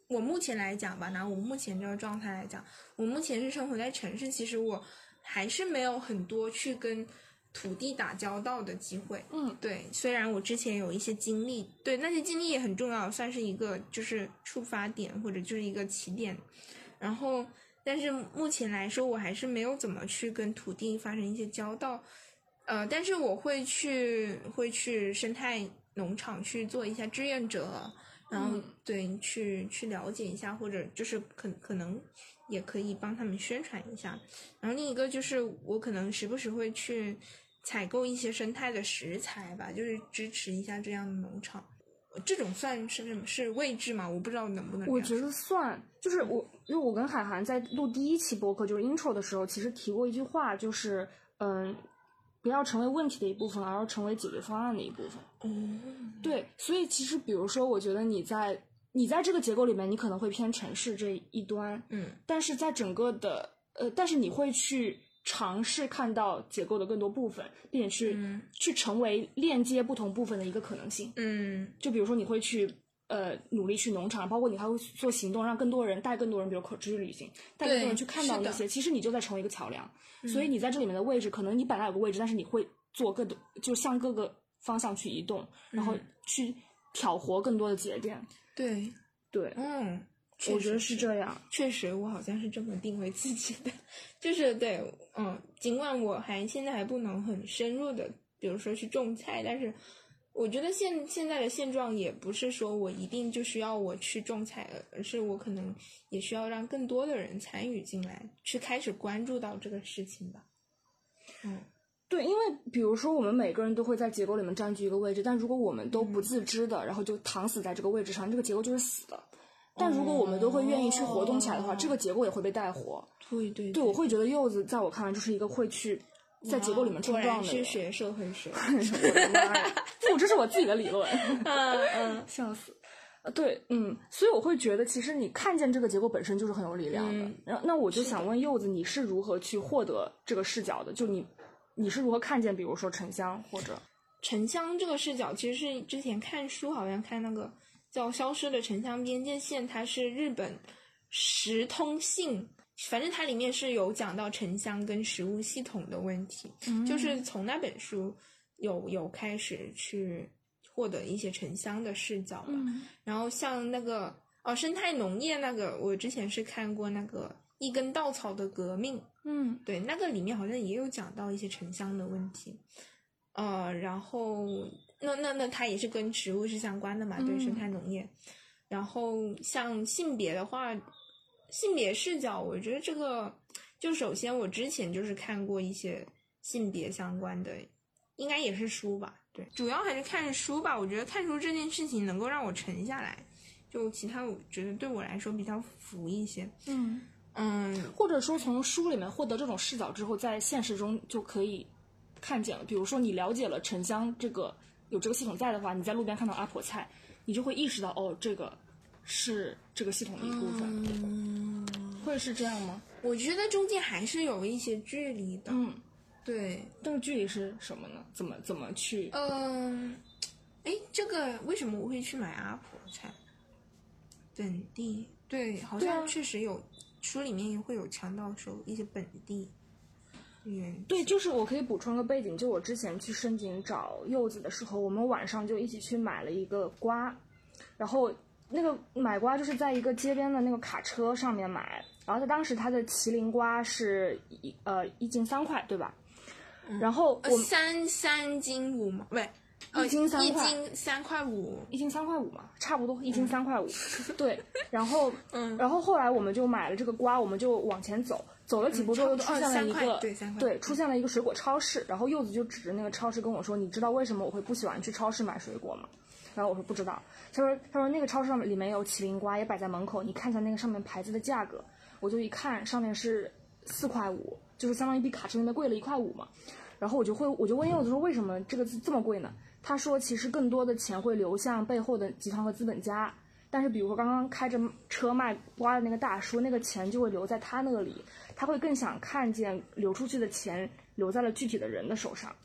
我目前来讲吧，拿我目前这个状态来讲，我目前是生活在城市，其实我还是没有很多去跟土地打交道的机会。对，虽然我之前有一些经历，对，那些经历也很重要，算是一个就是触发点或者就是一个起点。然后但是目前来说我还是没有怎么去跟土地发生一些交道。但是我会去生态农场去做一下志愿者，然后对去了解一下，或者就是可能也可以帮他们宣传一下。然后另一个就是我可能时不时会去采购一些生态的食材吧，就是支持一下这样的农场。这种算是位置吗？我不知道能不能。 我觉得算，就是因为我跟海涵在录第一期播客就是 intro 的时候，其实提过一句话，就是不要成为问题的一部分，而要成为解决方案的一部分。对，所以其实比如说我觉得你在这个结构里面你可能会偏城市这一端，但是在整个的但是你会去尝试看到结构的更多部分，并且去成为链接不同部分的一个可能性。就比如说你会去努力去农场，包括你还会做行动，让更多人带更多人，比如可持续旅行，带更多人去看到那些，其实你就在成为一个桥梁。所以你在这里面的位置，可能你本来有个位置，但是你会做更多，就向各个方向去移动，然后去挑活更多的节点。 对， 我觉得是这样。 确实我好像是这么定位自己的，就是对，尽管我现在还不能很深入的比如说去种菜，但是我觉得现在的现状也不是说我一定就需要我去种菜，而是我可能也需要让更多的人参与进来，去开始关注到这个事情吧。 对，因为比如说我们每个人都会在结构里面占据一个位置，但如果我们都不自知的，然后就躺死在这个位置上，这个结构就是死的。但如果我们都会愿意去活动起来的话，这个结构也会被带活。 对， 我会觉得柚子在我看来就是一个会去在结构里面冲撞的人。 是学社会学。 我的妈呀！这是我自己的理论。笑死。对，所以我会觉得其实你看见这个结构本身就是很有力量的。然后那我就想问柚子，你是如何去获得这个视角的？就你是如何看见比如说城乡或者城乡这个视角？其实是之前看书好像看那个叫《消失的城乡边界线》，它是日本食通信，反正它里面是有讲到城乡跟食物系统的问题。就是从那本书有开始去获得一些城乡的视角嘛。然后像那个生态农业那个，我之前是看过那个一根稻草的革命。对，那个里面好像也有讲到一些城乡的问题。然后那它也是跟食物是相关的嘛，对，生态农业。然后像性别的话，性别视角，我觉得这个就首先我之前就是看过一些性别相关的，应该也是书吧，对，主要还是看书吧。我觉得看书这件事情能够让我沉下来，就其他我觉得对我来说比较浮一些。 或者说从书里面获得这种视角之后，在现实中就可以看见了。比如说你了解了城乡有这个系统在的话，你在路边看到阿婆菜，你就会意识到这个是这个系统的一部分。会是这样吗？ 我觉得中间还是有一些距离的。对， 这个距离是什么呢？怎么去？ 这个为什么我会去买阿婆菜？本地，对，好像确实有，书里面也会有强调说一些本地。 对，就是我可以补充个背景，就我之前去深井找柚子的时候，我们晚上就一起去买了一个瓜，然后那个买瓜就是在一个街边的那个卡车上面买，然后当时它的麒麟瓜是一斤3块，对吧？然后我三斤5毛，不对， 一斤3块 ，3块5， 一斤3块5嘛，差不多，一斤3块5。对，然后后来我们就买了这个瓜，我们就往前走了几步之后，出现了一个出现了一个水果超市，然后柚子就指着那个超市跟我说：“你知道为什么我会不喜欢去超市买水果吗？”然后我说不知道。他说那个超市上面里面有麒麟瓜也摆在门口，你看一下那个上面牌子的价格。我就一看上面是4块5，就是相当于比卡车那边贵了1块5嘛。然后我就问柚子说为什么这个这么贵呢？他说其实更多的钱会流向背后的集团和资本家。但是比如说刚刚开着车卖瓜的那个大叔，那个钱就会留在他那里，他会更想看见流出去的钱留在了具体的人的手上。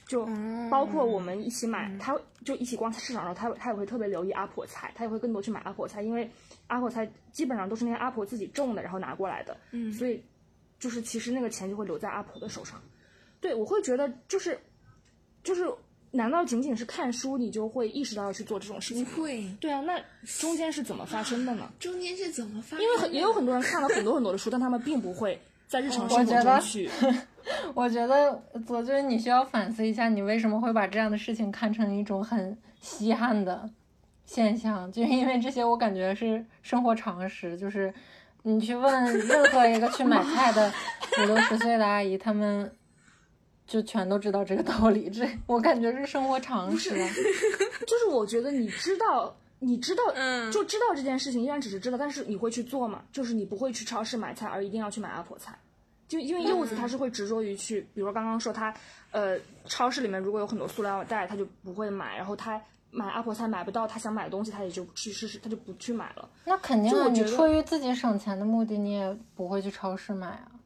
就包括我们一起买，他就一起逛市场的时候，他也会特别留意阿婆菜，他也会更多去买阿婆菜，因为阿婆菜基本上都是那些阿婆自己种的，然后拿过来的，所以就是其实那个钱就会留在阿婆的手上。对，我会觉得就是难道仅仅是看书你就会意识到要去做这种事情？ 不会。 对啊，那中间是怎么发生的呢？ 中间是怎么发生的？ 因为也有很多人看了很多的书，但他们并不会在日常生活中去。 我觉得左军你需要反思一下，你为什么会把这样的事情看成一种很稀罕的现象？就是因为这些，我感觉是生活常识，就是你去问任何一个去买菜的50、60岁的阿姨，他们就全都知道这个道理。这我感觉是生活常识。 就是我觉得你知道，就知道这件事情，依然只是知道，但是你会去做吗？就是你不会去超市买菜，而一定要去买阿婆菜。就因为柚子他是会执着于去，比如说刚刚说他，超市里面如果有很多塑料袋，他就不会买，然后他买阿婆菜买不到他想买的东西，他也就去试试，他就不去买了。 那肯定啊，你出于自己省钱的目的，你也不会去超市买啊。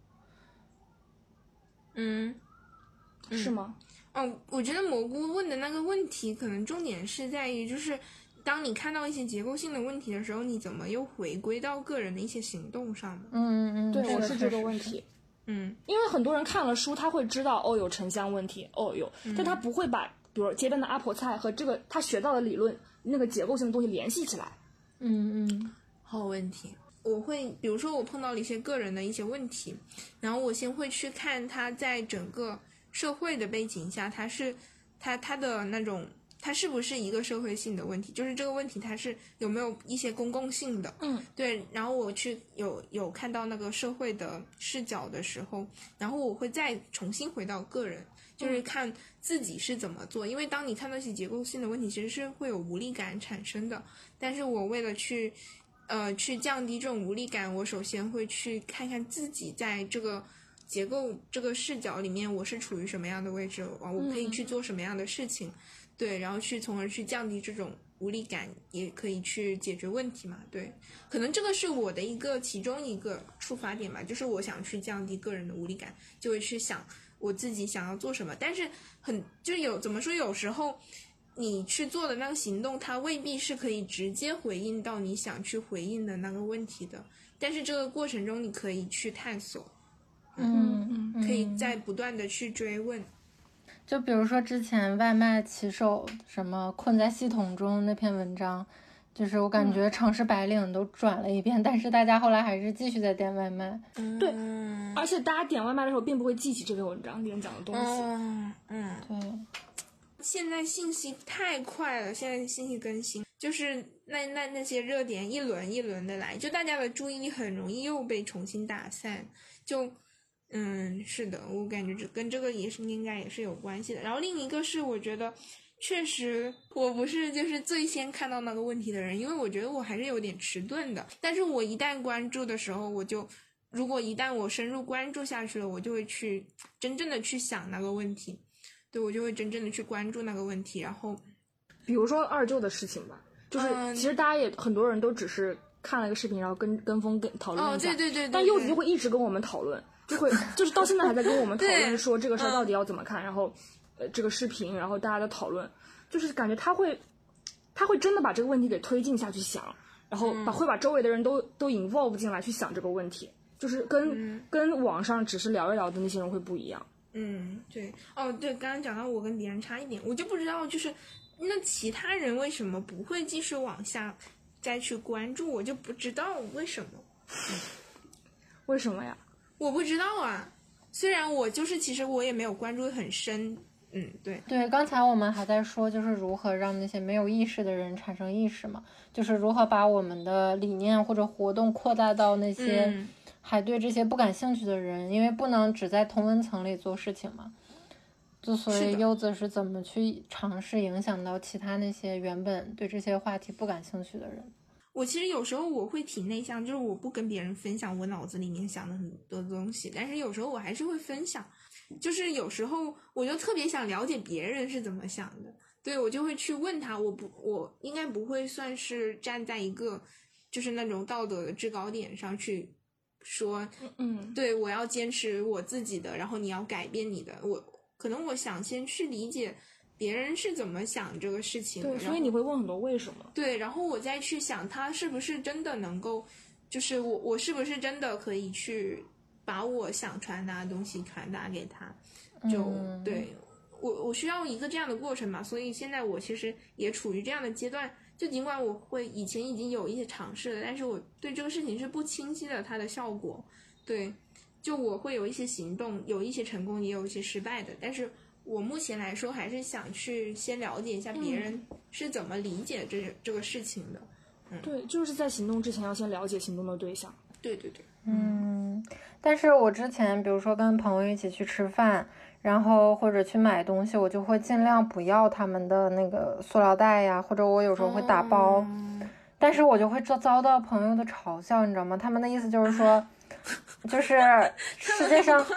是吗？ 我觉得蘑菇问的那个问题，可能重点是在于，就是当你看到一些结构性的问题的时候，你怎么又回归到个人的一些行动上呢？ 对，我是这个问题。因为很多人看了书，他会知道有沉香问题，有，但他不会把比如街边的阿婆菜和这个他学到的理论那个结构性的东西联系起来。 好问题。我会比如说我碰到了一些个人的一些问题，然后我先会去看他在整个社会的背景下，他的那种它是不是一个社会性的问题，就是这个问题它是有没有一些公共性的。对，然后我去有看到那个社会的视角的时候，然后我会再重新回到个人，就是看自己是怎么做。因为当你看到一些结构性的问题，其实是会有无力感产生的，但是我为了去降低这种无力感，我首先会去看看自己在这个结构这个视角里面我是处于什么样的位置，我可以去做什么样的事情。对，然后从而去降低这种无力感，也可以去解决问题嘛。对，可能这个是我的其中一个出发点吧，就是我想去降低个人的无力感，就会去想我自己想要做什么。但是怎么说，有时候你去做的那个行动，它未必是可以直接回应到你想去回应的那个问题的，但是这个过程中你可以去探索，可以在不断的去追问。 就比如说之前外卖骑手什么困在系统中那篇文章，就是我感觉城市白领都转了一遍，但是大家后来还是继续在点外卖。 对，而且大家点外卖的时候并不会记起这篇文章里面讲的东西。 对。 现在信息太快了，现在信息更新就是那些热点一轮一轮的来，就大家的注意力很容易又被重新打散。是的，我感觉跟这个应该也是有关系的。然后另一个是我觉得确实我不是就是最先看到那个问题的人，因为我觉得我还是有点迟钝的，但是我一旦关注的时候，如果一旦我深入关注下去了，我就会去真正的去想那个问题。对，我就会真正的去关注那个问题。然后比如说二舅的事情吧，就是其实大家也很多人都只是看了一个视频，然后跟风讨论一下。 对， 但柚子就会一直跟我们讨论，就是到现在还在跟我们讨论说这个事儿到底要怎么看，然后这个视频，然后大家的讨论，就是感觉他会真的把这个问题给推进下去想，然后会把周围的人都 involve 进来去想这个问题，就是跟网上只是聊一聊的那些人会不一样。 对，对，刚刚讲到我跟别人差一点，我就不知道就是那其他人为什么不会继续往下再去关注，我就不知道为什么。 为什么呀？ 我不知道啊，虽然我其实我也没有关注很深。 对，刚才我们还在说就是如何让那些没有意识的人产生意识嘛，就是如何把我们的理念或者活动扩大到那些还对这些不感兴趣的人，因为不能只在同温层里做事情嘛。就所以柚子是怎么去尝试影响到其他那些原本对这些话题不感兴趣的人？ 我其实有时候我会挺内向，就是我不跟别人分享我脑子里面想的很多东西，但是有时候我还是会分享，就是有时候我就特别想了解别人是怎么想的，对，我就会去问他。我应该不会算是站在一个就是那种道德的制高点上去说对，我要坚持我自己的，然后你要改变你的。 可能我想先去理解别人是怎么想这个事情的。 对，所以你会问很多为什么。 对，然后我再去想他是不是真的能够，就是我是不是真的可以去把我想传达的东西传达给他。就对，我需要一个这样的过程嘛，所以现在我其实也处于这样的阶段。就尽管我会以前已经有一些尝试了，但是我对这个事情是不清晰的它的效果。对，就我会有一些行动，有一些成功，也有一些失败的，但是我目前来说还是想去先了解一下别人是怎么理解这个事情的。 对，就是在行动之前要先了解行动的对象。 对对对。 但是我之前比如说跟朋友一起去吃饭，然后或者去买东西，我就会尽量不要他们的那个塑料袋呀，或者我有时候会打包，但是我就会遭到朋友的嘲笑，你知道吗？他们的意思就是说，就是世界上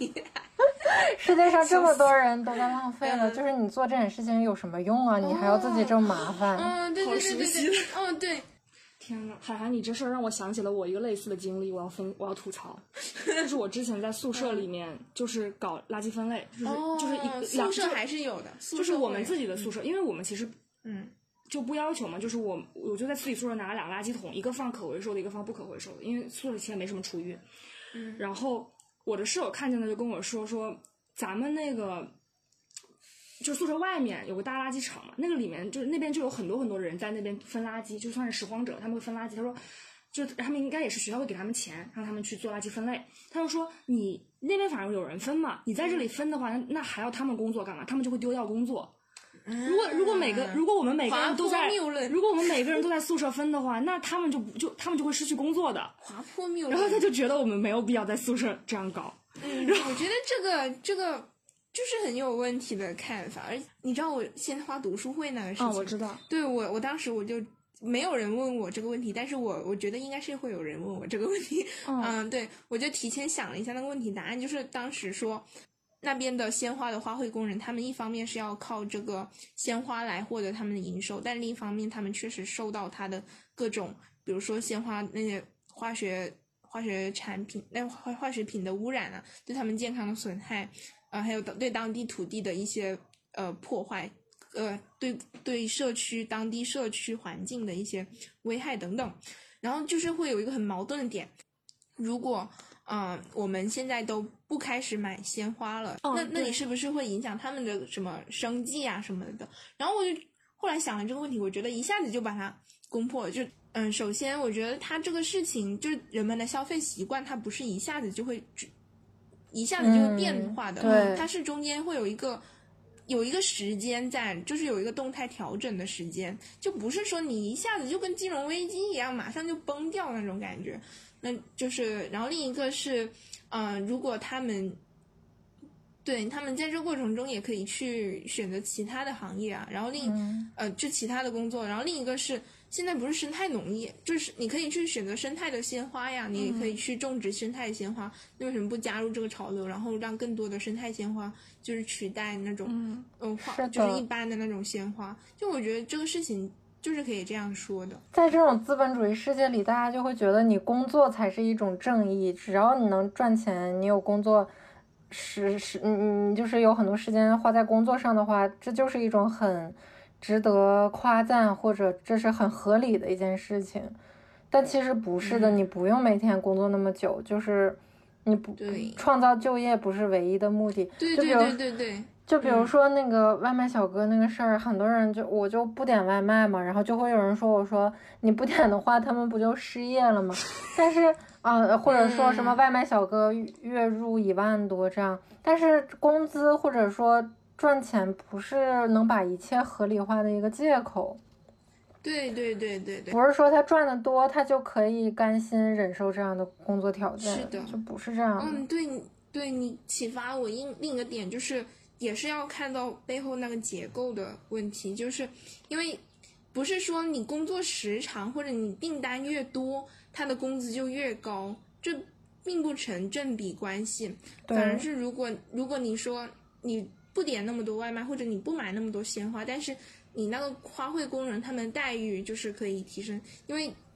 这么多人都在浪费了，就是你做这件事情有什么用啊？你还要自己这么麻烦。 对对对对对，对。 天呐，海涵，你这事儿让我想起了我一个类似的经历，我要吐槽。就是我之前在宿舍里面，就是搞垃圾分类，就是宿舍还是有的， 就是我们自己的宿舍，因为我们其实就不要求嘛，就是我就在自己宿舍拿了2个垃圾桶，一个放可回收的，一个放不可回收的，因为宿舍其实没什么厨余。然后我的室友看见了就跟我说咱们那个。就宿舍外面有个大垃圾场嘛，那个里面就是那边就有很多很多人在那边分垃圾，就算是拾荒者，他们会分垃圾。他说，就他们应该也是学校会给他们钱，让他们去做垃圾分类。他就说，你那边反正有人分嘛，你在这里分的话，那还要他们工作干嘛？他们就会丢掉工作。如果我们每个人都在宿舍分的话，那他们就会失去工作的。 滑坡谬论。 然后他就觉得我们没有必要在宿舍这样搞。 我觉得这个。就是很有问题的看法，而你知道我鲜花读书会那个事情， 我知道。 对，我当时我就没有人问我这个问题，但是我觉得应该是会有人问我这个问题。对，我就提前想了一下那个问题答案，就是当时说那边的鲜花的花卉工人，他们一方面是要靠这个鲜花来获得他们的营收，但另一方面他们确实受到它的各种，比如说鲜花那些化学产品、化学品的污染啊，对他们健康的损害。还有对当地土地的一些破坏，对当地社区环境的一些危害等等，然后就是会有一个很矛盾的点，如果我们现在都不开始买鲜花了，那你是不是会影响他们的什么生计啊什么的？然后我就后来想了这个问题，我觉得一下子就把它攻破了。就首先我觉得它这个事情就是人们的消费习惯，它不是一下子就会变化的，它是中间会有一个时间在，就是有一个动态调整的时间，就不是说你一下子就跟金融危机一样马上就崩掉那种感觉。那就是然后另一个是如果他们在这个过程中也可以去选择其他的行业啊，然后就其他的工作，然后另一个是现在不是生态农业，就是你可以去选择生态的鲜花呀，你也可以去种植生态鲜花，那为什么不加入这个潮流，然后让更多的生态鲜花就是取代那种就是一般的那种鲜花？就我觉得这个事情就是可以这样说的。 在这种资本主义世界里，大家就会觉得你工作才是一种正义，只要你能赚钱，你有工作你就是有很多时间花在工作上的话，这就是一种很值得夸赞，或者这是很合理的一件事情。但其实不是的，你不用每天工作那么久，就是你不创造就业不是唯一的目的。 对， 就比如说那个外卖小哥那个事儿，很多人我就不点外卖嘛，然后就会有人说我说你不点的话，他们不就失业了吗？但是或者说什么外卖小哥月入1万多这样，但是工资或者说赚钱不是能把一切合理化的一个借口。 对， 不是说他赚得多他就可以甘心忍受这样的工作条件， 是的， 就不是这样的。 对你启发我另一个点就是也是要看到背后那个结构的问题，就是因为不是说你工作时长或者你订单越多他的工资就越高，这并不成正比关系。反而是如果你说你不点那么多外卖，或者你不买那么多鲜花，但是你那个花卉工人他们待遇就是可以提升，因为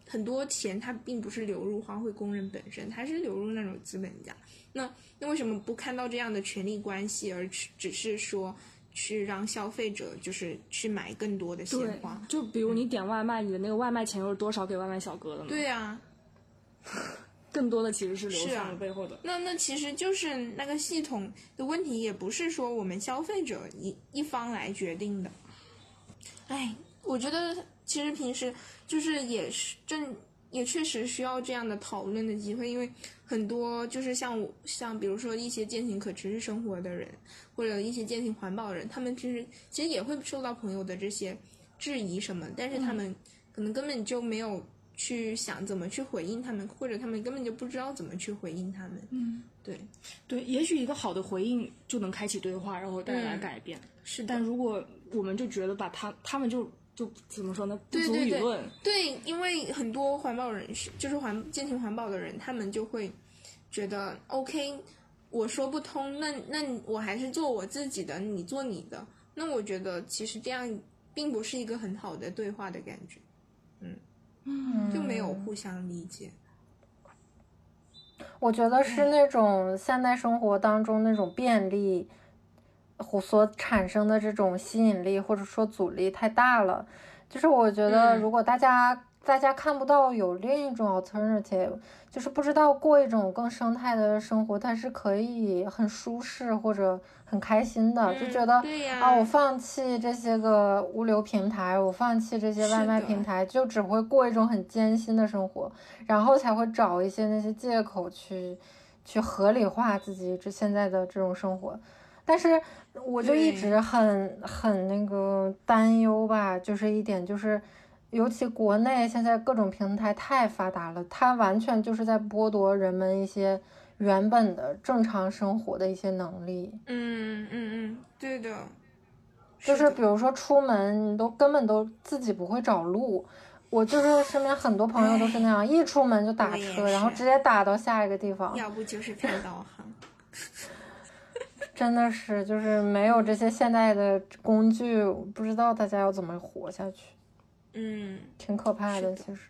很多钱它并不是流入花卉工人本身，它是流入那种资本家。那为什么不看到这样的权力关系，而只是说去让消费者就是去买更多的鲜花？ 就比如你点外卖，你的那个外卖钱又是多少给外卖小哥的呢？ 对啊， 更多的其实是流向了背后的。 那其实就是那个系统的问题，也不是说我们消费者一方来决定的。哎，我觉得其实平时就是也确实需要这样的讨论的机会，因为很多就是像比如说一些践行可持续生活的人，或者一些践行环保的人，他们其实也会受到朋友的这些质疑什么，但是他们可能根本就没有去想怎么去回应他们，或者他们根本就不知道怎么去回应他们。 对，也许一个好的回应就能开启对话，然后带来改变。 是的， 但如果我们就觉得把他们就怎么说呢？不足以论。 对，因为很多环保人士，就是践行环保的人，他们就会觉得 OK， 我说不通，那我还是做我自己的，你做你的。那我觉得其实这样并不是一个很好的对话的感觉。就没有互相理解。 我觉得是那种现代生活当中那种便利所产生的这种吸引力或者说阻力太大了。就是我觉得如果大家看不到有另一种 alternative， 就是不知道过一种更生态的生活，它是可以很舒适或者很开心的，就觉得我放弃这些个物流平台，我放弃这些外卖平台，就只会过一种很艰辛的生活，然后才会找一些那些借口去合理化自己现在的这种生活。但是我就一直很那个担忧吧，就是一点就是尤其国内现在各种平台太发达了，它完全就是在剥夺人们一些原本的正常生活的一些能力。 对的。 就是比如说出门你都根本都自己不会找路，我就是身边很多朋友都是那样，一出门就打车，然后直接打到下一个地方， 要不就是看导航。 真的是就是没有这些现代的工具，不知道大家要怎么活下去。挺可怕的其实。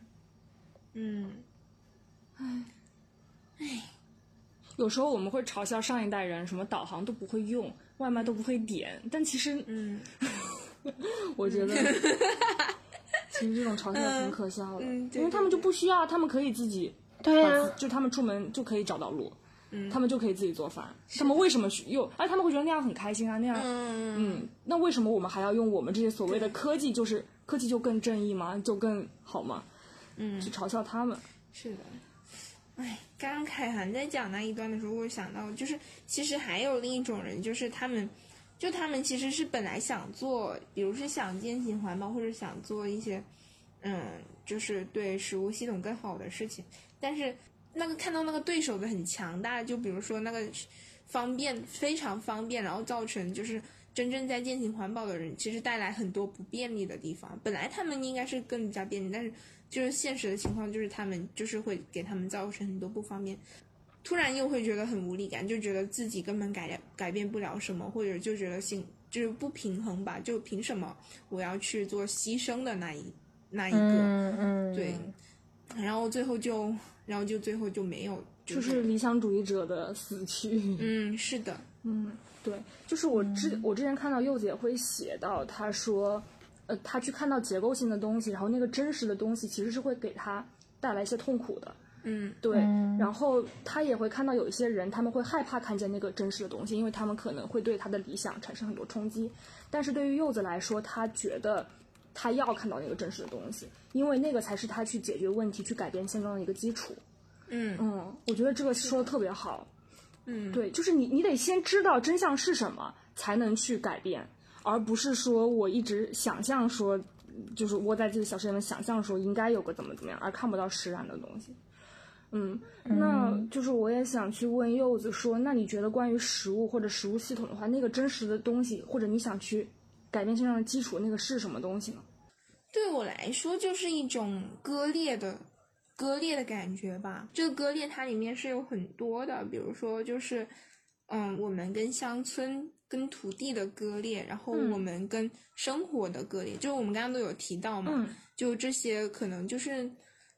有时候我们会嘲笑上一代人什么导航都不会用，外卖都不会点，但其实我觉得其实这种嘲笑挺可笑的。因为他们就不需要，他们可以自己， 对啊， 就他们出门就可以找到路，他们就可以自己做饭，他们为什么他们会觉得那样很开心啊，那样那为什么我们还要用我们这些所谓的科技，就是科技就更正义吗？就更好吗？去嘲笑他们。 是的。刚刚凯涵在讲那一段的时候，我想到就是其实还有另一种人，就是他们其实是本来想做，比如是想践行环保，或者想做一些就是对食物系统更好的事情，但是看到那个对手的很强大，就比如说那个非常方便，然后造成就是真正在践行环保的人其实带来很多不便利的地方。本来他们应该是更加便利，但是就是现实的情况就是他们就是会给他们造成很多不方便，突然又会觉得很无力感，就觉得自己根本改变不了什么，或者就觉得就是不平衡吧，就凭什么我要去做牺牲的那一个。对，然后最后就没有， 就是理想主义者的死去。 是的。 对，就是我之前看到柚子也会写到，他说他去看到结构性的东西，然后那个真实的东西其实是会给他带来一些痛苦的。对，然后他也会看到有一些人他们会害怕看见那个真实的东西，因为他们可能会对他的理想产生很多冲击。但是对于柚子来说，他觉得他要看到那个真实的东西，因为那个才是他去解决问题、去改变现状的一个基础。我觉得这个说的特别好。对，就是你得先知道真相是什么，才能去改变，而不是说我一直想象说，就是窝在自己小世界里面想象说应该有个怎么样，而看不到实然的东西。那就是我也想去问柚子说，那你觉得关于食物或者食物系统的话，那个真实的东西，或者你想去改变现状的基础，那个是什么东西呢？ 对我来说，就是一种割裂的感觉吧。这个割裂它里面是有很多的，比如说就是我们跟乡村跟土地的割裂，然后我们跟生活的割裂，就我们刚刚都有提到嘛，就这些可能就是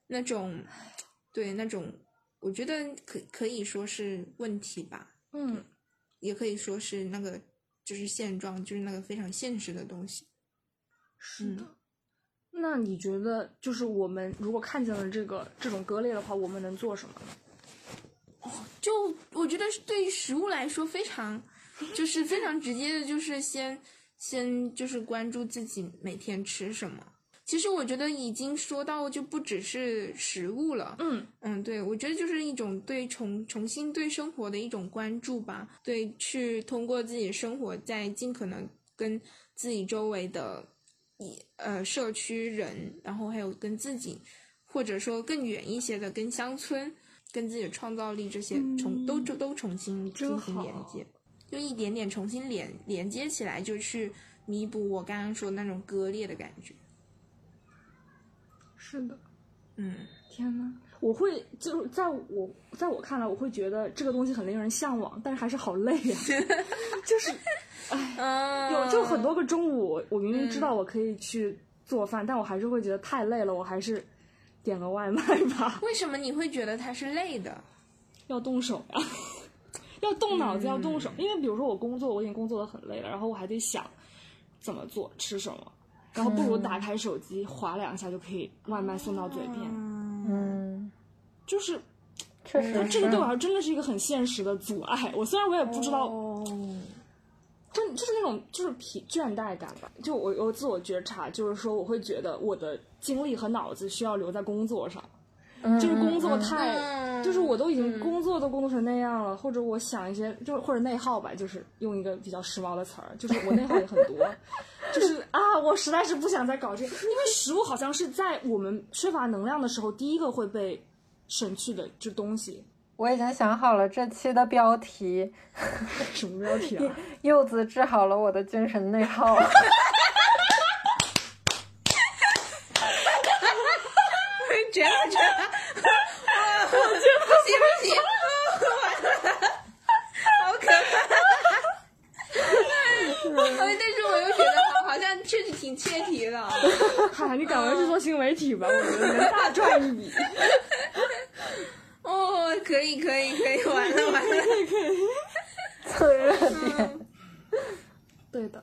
那种，对那种，我觉得可以说是问题吧，也可以说是那个就是现状，就是那个非常现实的东西。 是的。那你觉得，就是我们如果看见了这种割裂的话，我们能做什么呢？ 就我觉得对于食物来说，非常直接的，就是先就是关注自己每天吃什么。其实我觉得已经说到就不只是食物了，对，我觉得就是一种对重新对生活的一种关注吧，对，去通过自己的生活，在尽可能跟自己周围的社区人，然后还有跟自己，或者说更远一些的跟乡村，跟自己的创造力这些都重新进行连接，就一点点重新连接起来，就去弥补我刚刚说的那种割裂的感觉。 是的，天哪，我会就是在我看来，我会觉得这个东西很令人向往，但是还是好累呀，就是，就很多个中午，我明明知道我可以去做饭，但我还是会觉得太累了，我还是点个外卖吧。 为什么你会觉得它是累的？ 要动手呀，要动脑子，要动手，因为比如说我已经工作得很累了，然后我还得想怎么做，吃什么。然后不如打开手机划2下就可以外卖送到嘴边，就是确实这个对我来说真的是一个很现实的阻碍。我虽然我也不知道，就是那种就是倦怠感吧。就我有自我觉察，就是说我会觉得我的精力和脑子需要留在工作上，就是工作就是我都已经工作成那样了，或者我想一些或者内耗吧，就是用一个比较时髦的词儿，就是我内耗也很多。就是我实在是不想再搞这个，因为食物好像是在我们缺乏能量的时候第一个会被省去的这东西。 我已经想好了这期的标题。 什么标题啊？ 柚子治好了我的精神内耗。 绝了！我觉得不行，好可怕！但是我又觉得好像确实挺切题的。 嗨，你赶快去做新媒体吧，我觉得能大赚一笔。 可以，完了， 可以，蹭热点。 对的，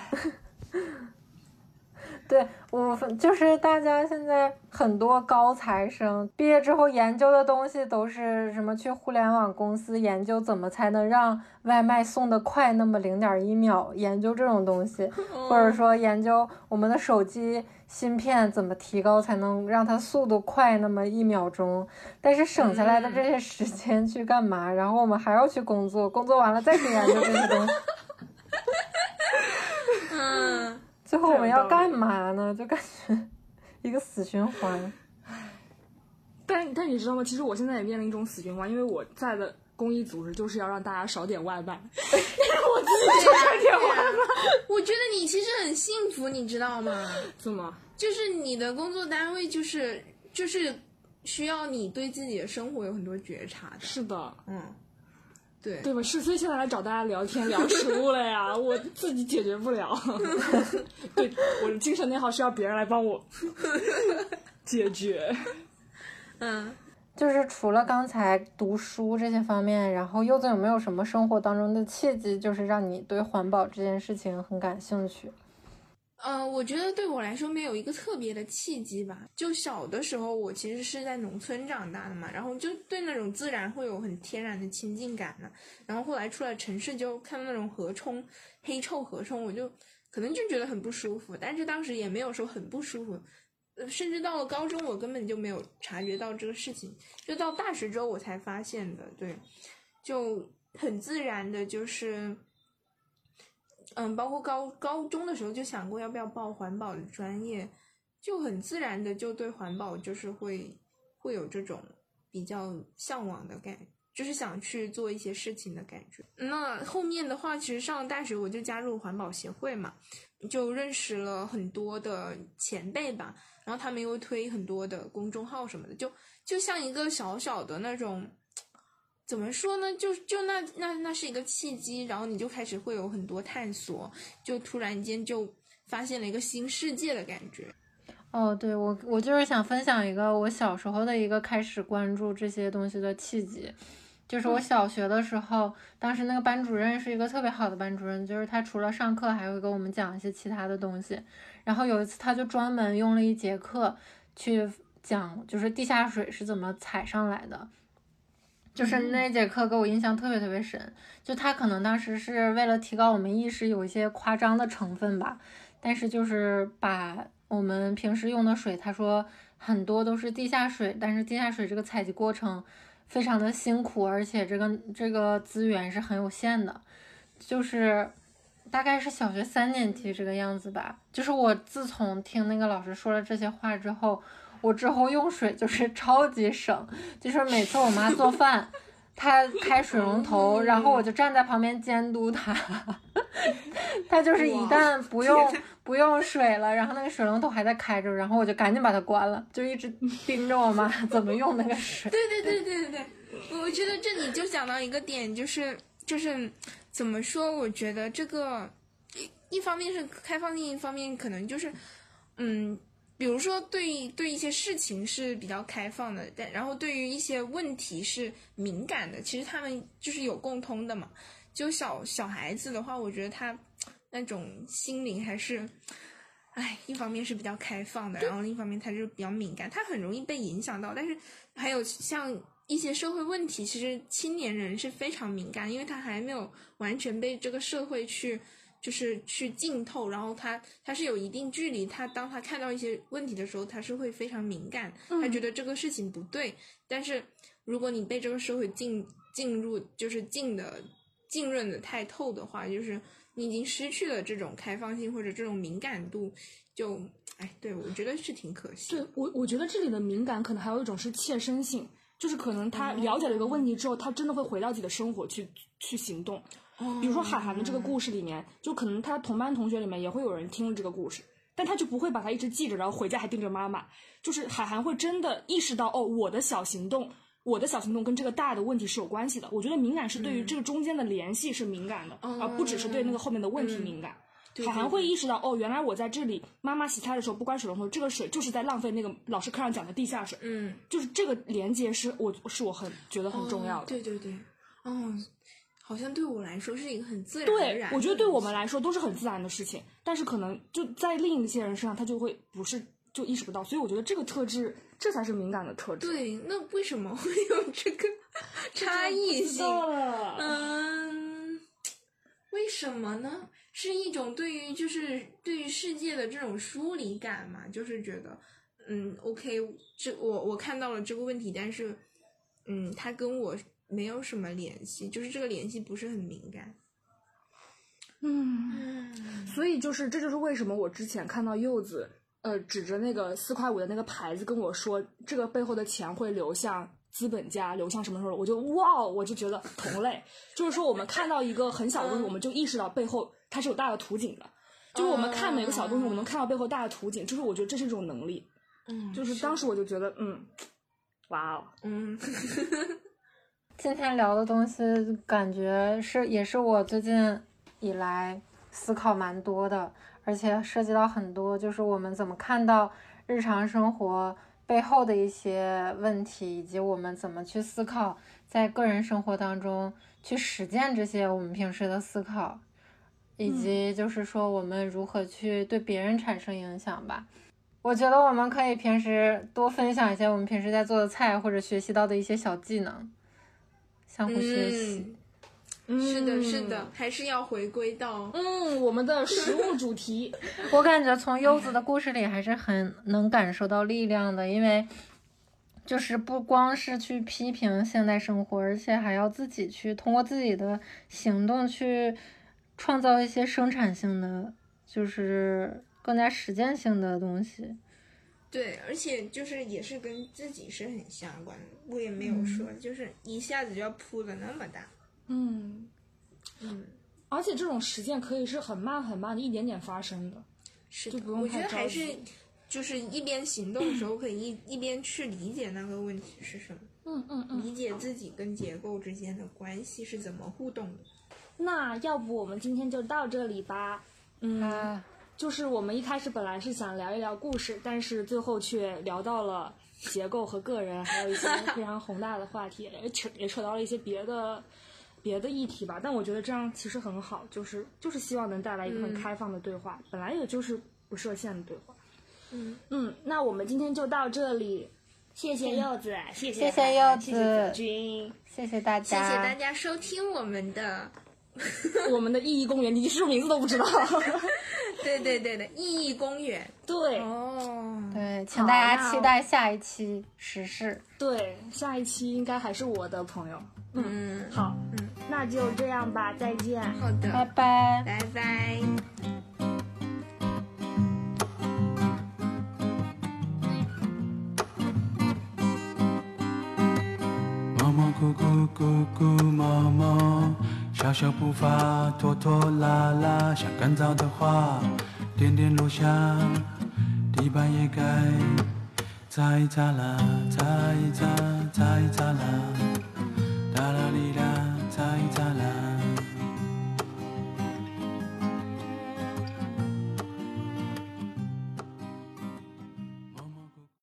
对，我就是大家现在很多高材生毕业之后研究的东西都是什么去互联网公司研究怎么才能让外卖送得快那么0.1秒，研究这种东西，或者说研究我们的手机芯片怎么提高才能让它速度快那么1秒钟，但是省下来的这些时间去干嘛？然后我们还要去工作完了再去研究这些东西。最后我们要干嘛呢？就感觉一个死循环。 但你知道吗？其实我现在也面临一种死循环，因为我在的公益组织就是要让大家少点外卖，但是我自己就在点外卖。 我觉得你其实很幸福，你知道吗？ 怎么？ 就是你的工作单位就是需要你对自己的生活有很多觉察的。 是的， 对吧？是，所以现在来找大家聊天聊食物了呀，我自己解决不了。对，我的精神内耗需要别人来帮我解决。 就是除了刚才读书这些方面，然后柚子有没有什么生活当中的契机，就是让你对环保这件事情很感兴趣？ 我觉得对我来说没有一个特别的契机吧。就小的时候，我其实是在农村长大的嘛，然后就对那种自然会有很天然的亲近感呢。然后后来出来城市，就看到那种河冲，黑臭河冲，我就可能就觉得很不舒服。但是当时也没有说很不舒服，甚至到了高中，我根本就没有察觉到这个事情，就到大学之后我才发现的。对，就很自然的，就是。包括高中的时候就想过要不要报环保的专业，就很自然的就对环保就是会有这种比较向往的感觉，就是想去做一些事情的感觉。那后面的话，其实上了大学我就加入环保协会嘛，就认识了很多的前辈吧，然后他们又推很多的公众号什么的，就像一个小小的那种。怎么说呢？就那是一个契机，然后你就开始会有很多探索，就突然间就发现了一个新世界的感觉。 哦，对，我就是想分享一个我小时候的一个开始关注这些东西的契机，就是我小学的时候，当时那个班主任是一个特别好的班主任，就是他除了上课还会给我们讲一些其他的东西，然后有一次他就专门用了一节课去讲，就是地下水是怎么采上来的。就是那节课给我印象特别特别深，就他可能当时是为了提高我们意识，有一些夸张的成分吧，但是就是把我们平时用的水，他说很多都是地下水，但是地下水这个采集过程非常的辛苦，而且这个资源是很有限的，就是大概是小学3年级这个样子吧。就是我自从听那个老师说了这些话之后，我之后用水就是超级省，就是每次我妈做饭，她开水龙头，然后我就站在旁边监督她。她就是一旦不用水了，然后那个水龙头还在开着，然后我就赶紧把它关了，就一直盯着我妈怎么用那个水。 对，我觉得这里就讲到一个点，就是怎么说？我觉得这个一方面是开放，另一方面可能就是比如说对一些事情是比较开放的，然后对于一些问题是敏感的，其实他们就是有共通的嘛。就小孩子的话，我觉得他那种心灵还是，一方面是比较开放的，然后另一方面他就比较敏感，他很容易被影响到。但是还有像一些社会问题，其实青年人是非常敏感，因为他还没有完全被这个社会去浸透，然后他是有一定距离，当他看到一些问题的时候，他是会非常敏感，他觉得这个事情不对。但是如果你被这个社会浸入，就是浸润的太透的话，就是你已经失去了这种开放性或者这种敏感度，就对，我觉得是挺可惜的。 对，我觉得这里的敏感可能还有一种是切身性，就是可能他了解了一个问题之后，他真的会回到自己的生活去行动。比如说海涵的这个故事里面，就可能他同班同学里面也会有人听了这个故事，但他就不会把它一直记着，然后回家还盯着妈妈。就是海涵会真的意识到，我的小行动跟这个大的问题是有关系的。我觉得敏感是对于这个中间的联系是敏感的，而不只是对那个后面的问题敏感。海涵会意识到，原来我在这里妈妈洗菜的时候不关水龙头，这个水就是在浪费那个老师课上讲的地下水。就是这个连接是我很觉得很重要的。 对，好像对我来说是一个很自然而然。对，我觉得对我们来说都是很自然的事情，但是可能就在另一些人身上，他就会不是就意识不到。所以我觉得这个特质，这才是敏感的特质。 对，那为什么会有这个差异性？为什么呢？是一种对于世界的这种疏离感嘛？就是觉得，OK， 我看到了这个问题，但是它跟我没有什么联系，就是这个联系不是很敏感。 所以这就是为什么我之前看到柚子指着那个4.5块的那个牌子跟我说，这个背后的钱会流向资本家，流向什么时候，我就觉得同类。就是说我们看到一个很小的东西，我们就意识到背后它是有大的图景的。就是我们看每个小东西，我们能看到背后大的图景，就是我觉得这是一种能力。就是当时我就觉得哇哦。 今天聊的东西感觉也是我最近以来思考蛮多的，而且涉及到很多就是我们怎么看到日常生活背后的一些问题，以及我们怎么去思考在个人生活当中去实践这些我们平时的思考，以及就是说我们如何去对别人产生影响吧。我觉得我们可以平时多分享一些我们平时在做的菜或者学习到的一些小技能，相互学习。 是的，还是要回归到我们的食物主题。 我感觉从柚子的故事里还是很能感受到力量的，因为就是不光是去批评现代生活，而且还要自己去通过自己的行动去创造一些生产性的，就是更加实践性的东西。 对，而且就是也是跟自己是很相关的。我也没有说就是一下子就要铺的那么大。 而且这种实践可以是很慢很慢的一点点发生的。 是的，我觉得还是就是一边行动的时候可以一边去理解那个问题是什么。理解自己跟结构之间的关系是怎么互动的。 那要不我们今天就到这里吧。 就是我们一开始本来是想聊一聊故事，但是最后却聊到了结构和个人，还有一些非常宏大的话题，也扯到了一些别的议题吧。但我觉得这样其实很好，就是希望能带来一个很开放的对话，本来也就是不设限的对话。那我们今天就到这里，谢谢柚子，谢谢柚子， 谢谢子君， 谢谢大家， 谢谢大家收听我们的意义公园，你是不是名字都不知道？ 对，意义公园。 对对，请大家期待下一期时事。 对，下一期应该还是我的朋友。好，那就这样吧，再见。 好的， 拜拜， 拜拜。 猫猫咕咕咕咕猫猫，小小步伐拖拖拉拉，像干燥的花，点点落下，地板也该擦一擦啦，擦一擦，擦一擦啦，哒啦哩啦，擦一擦。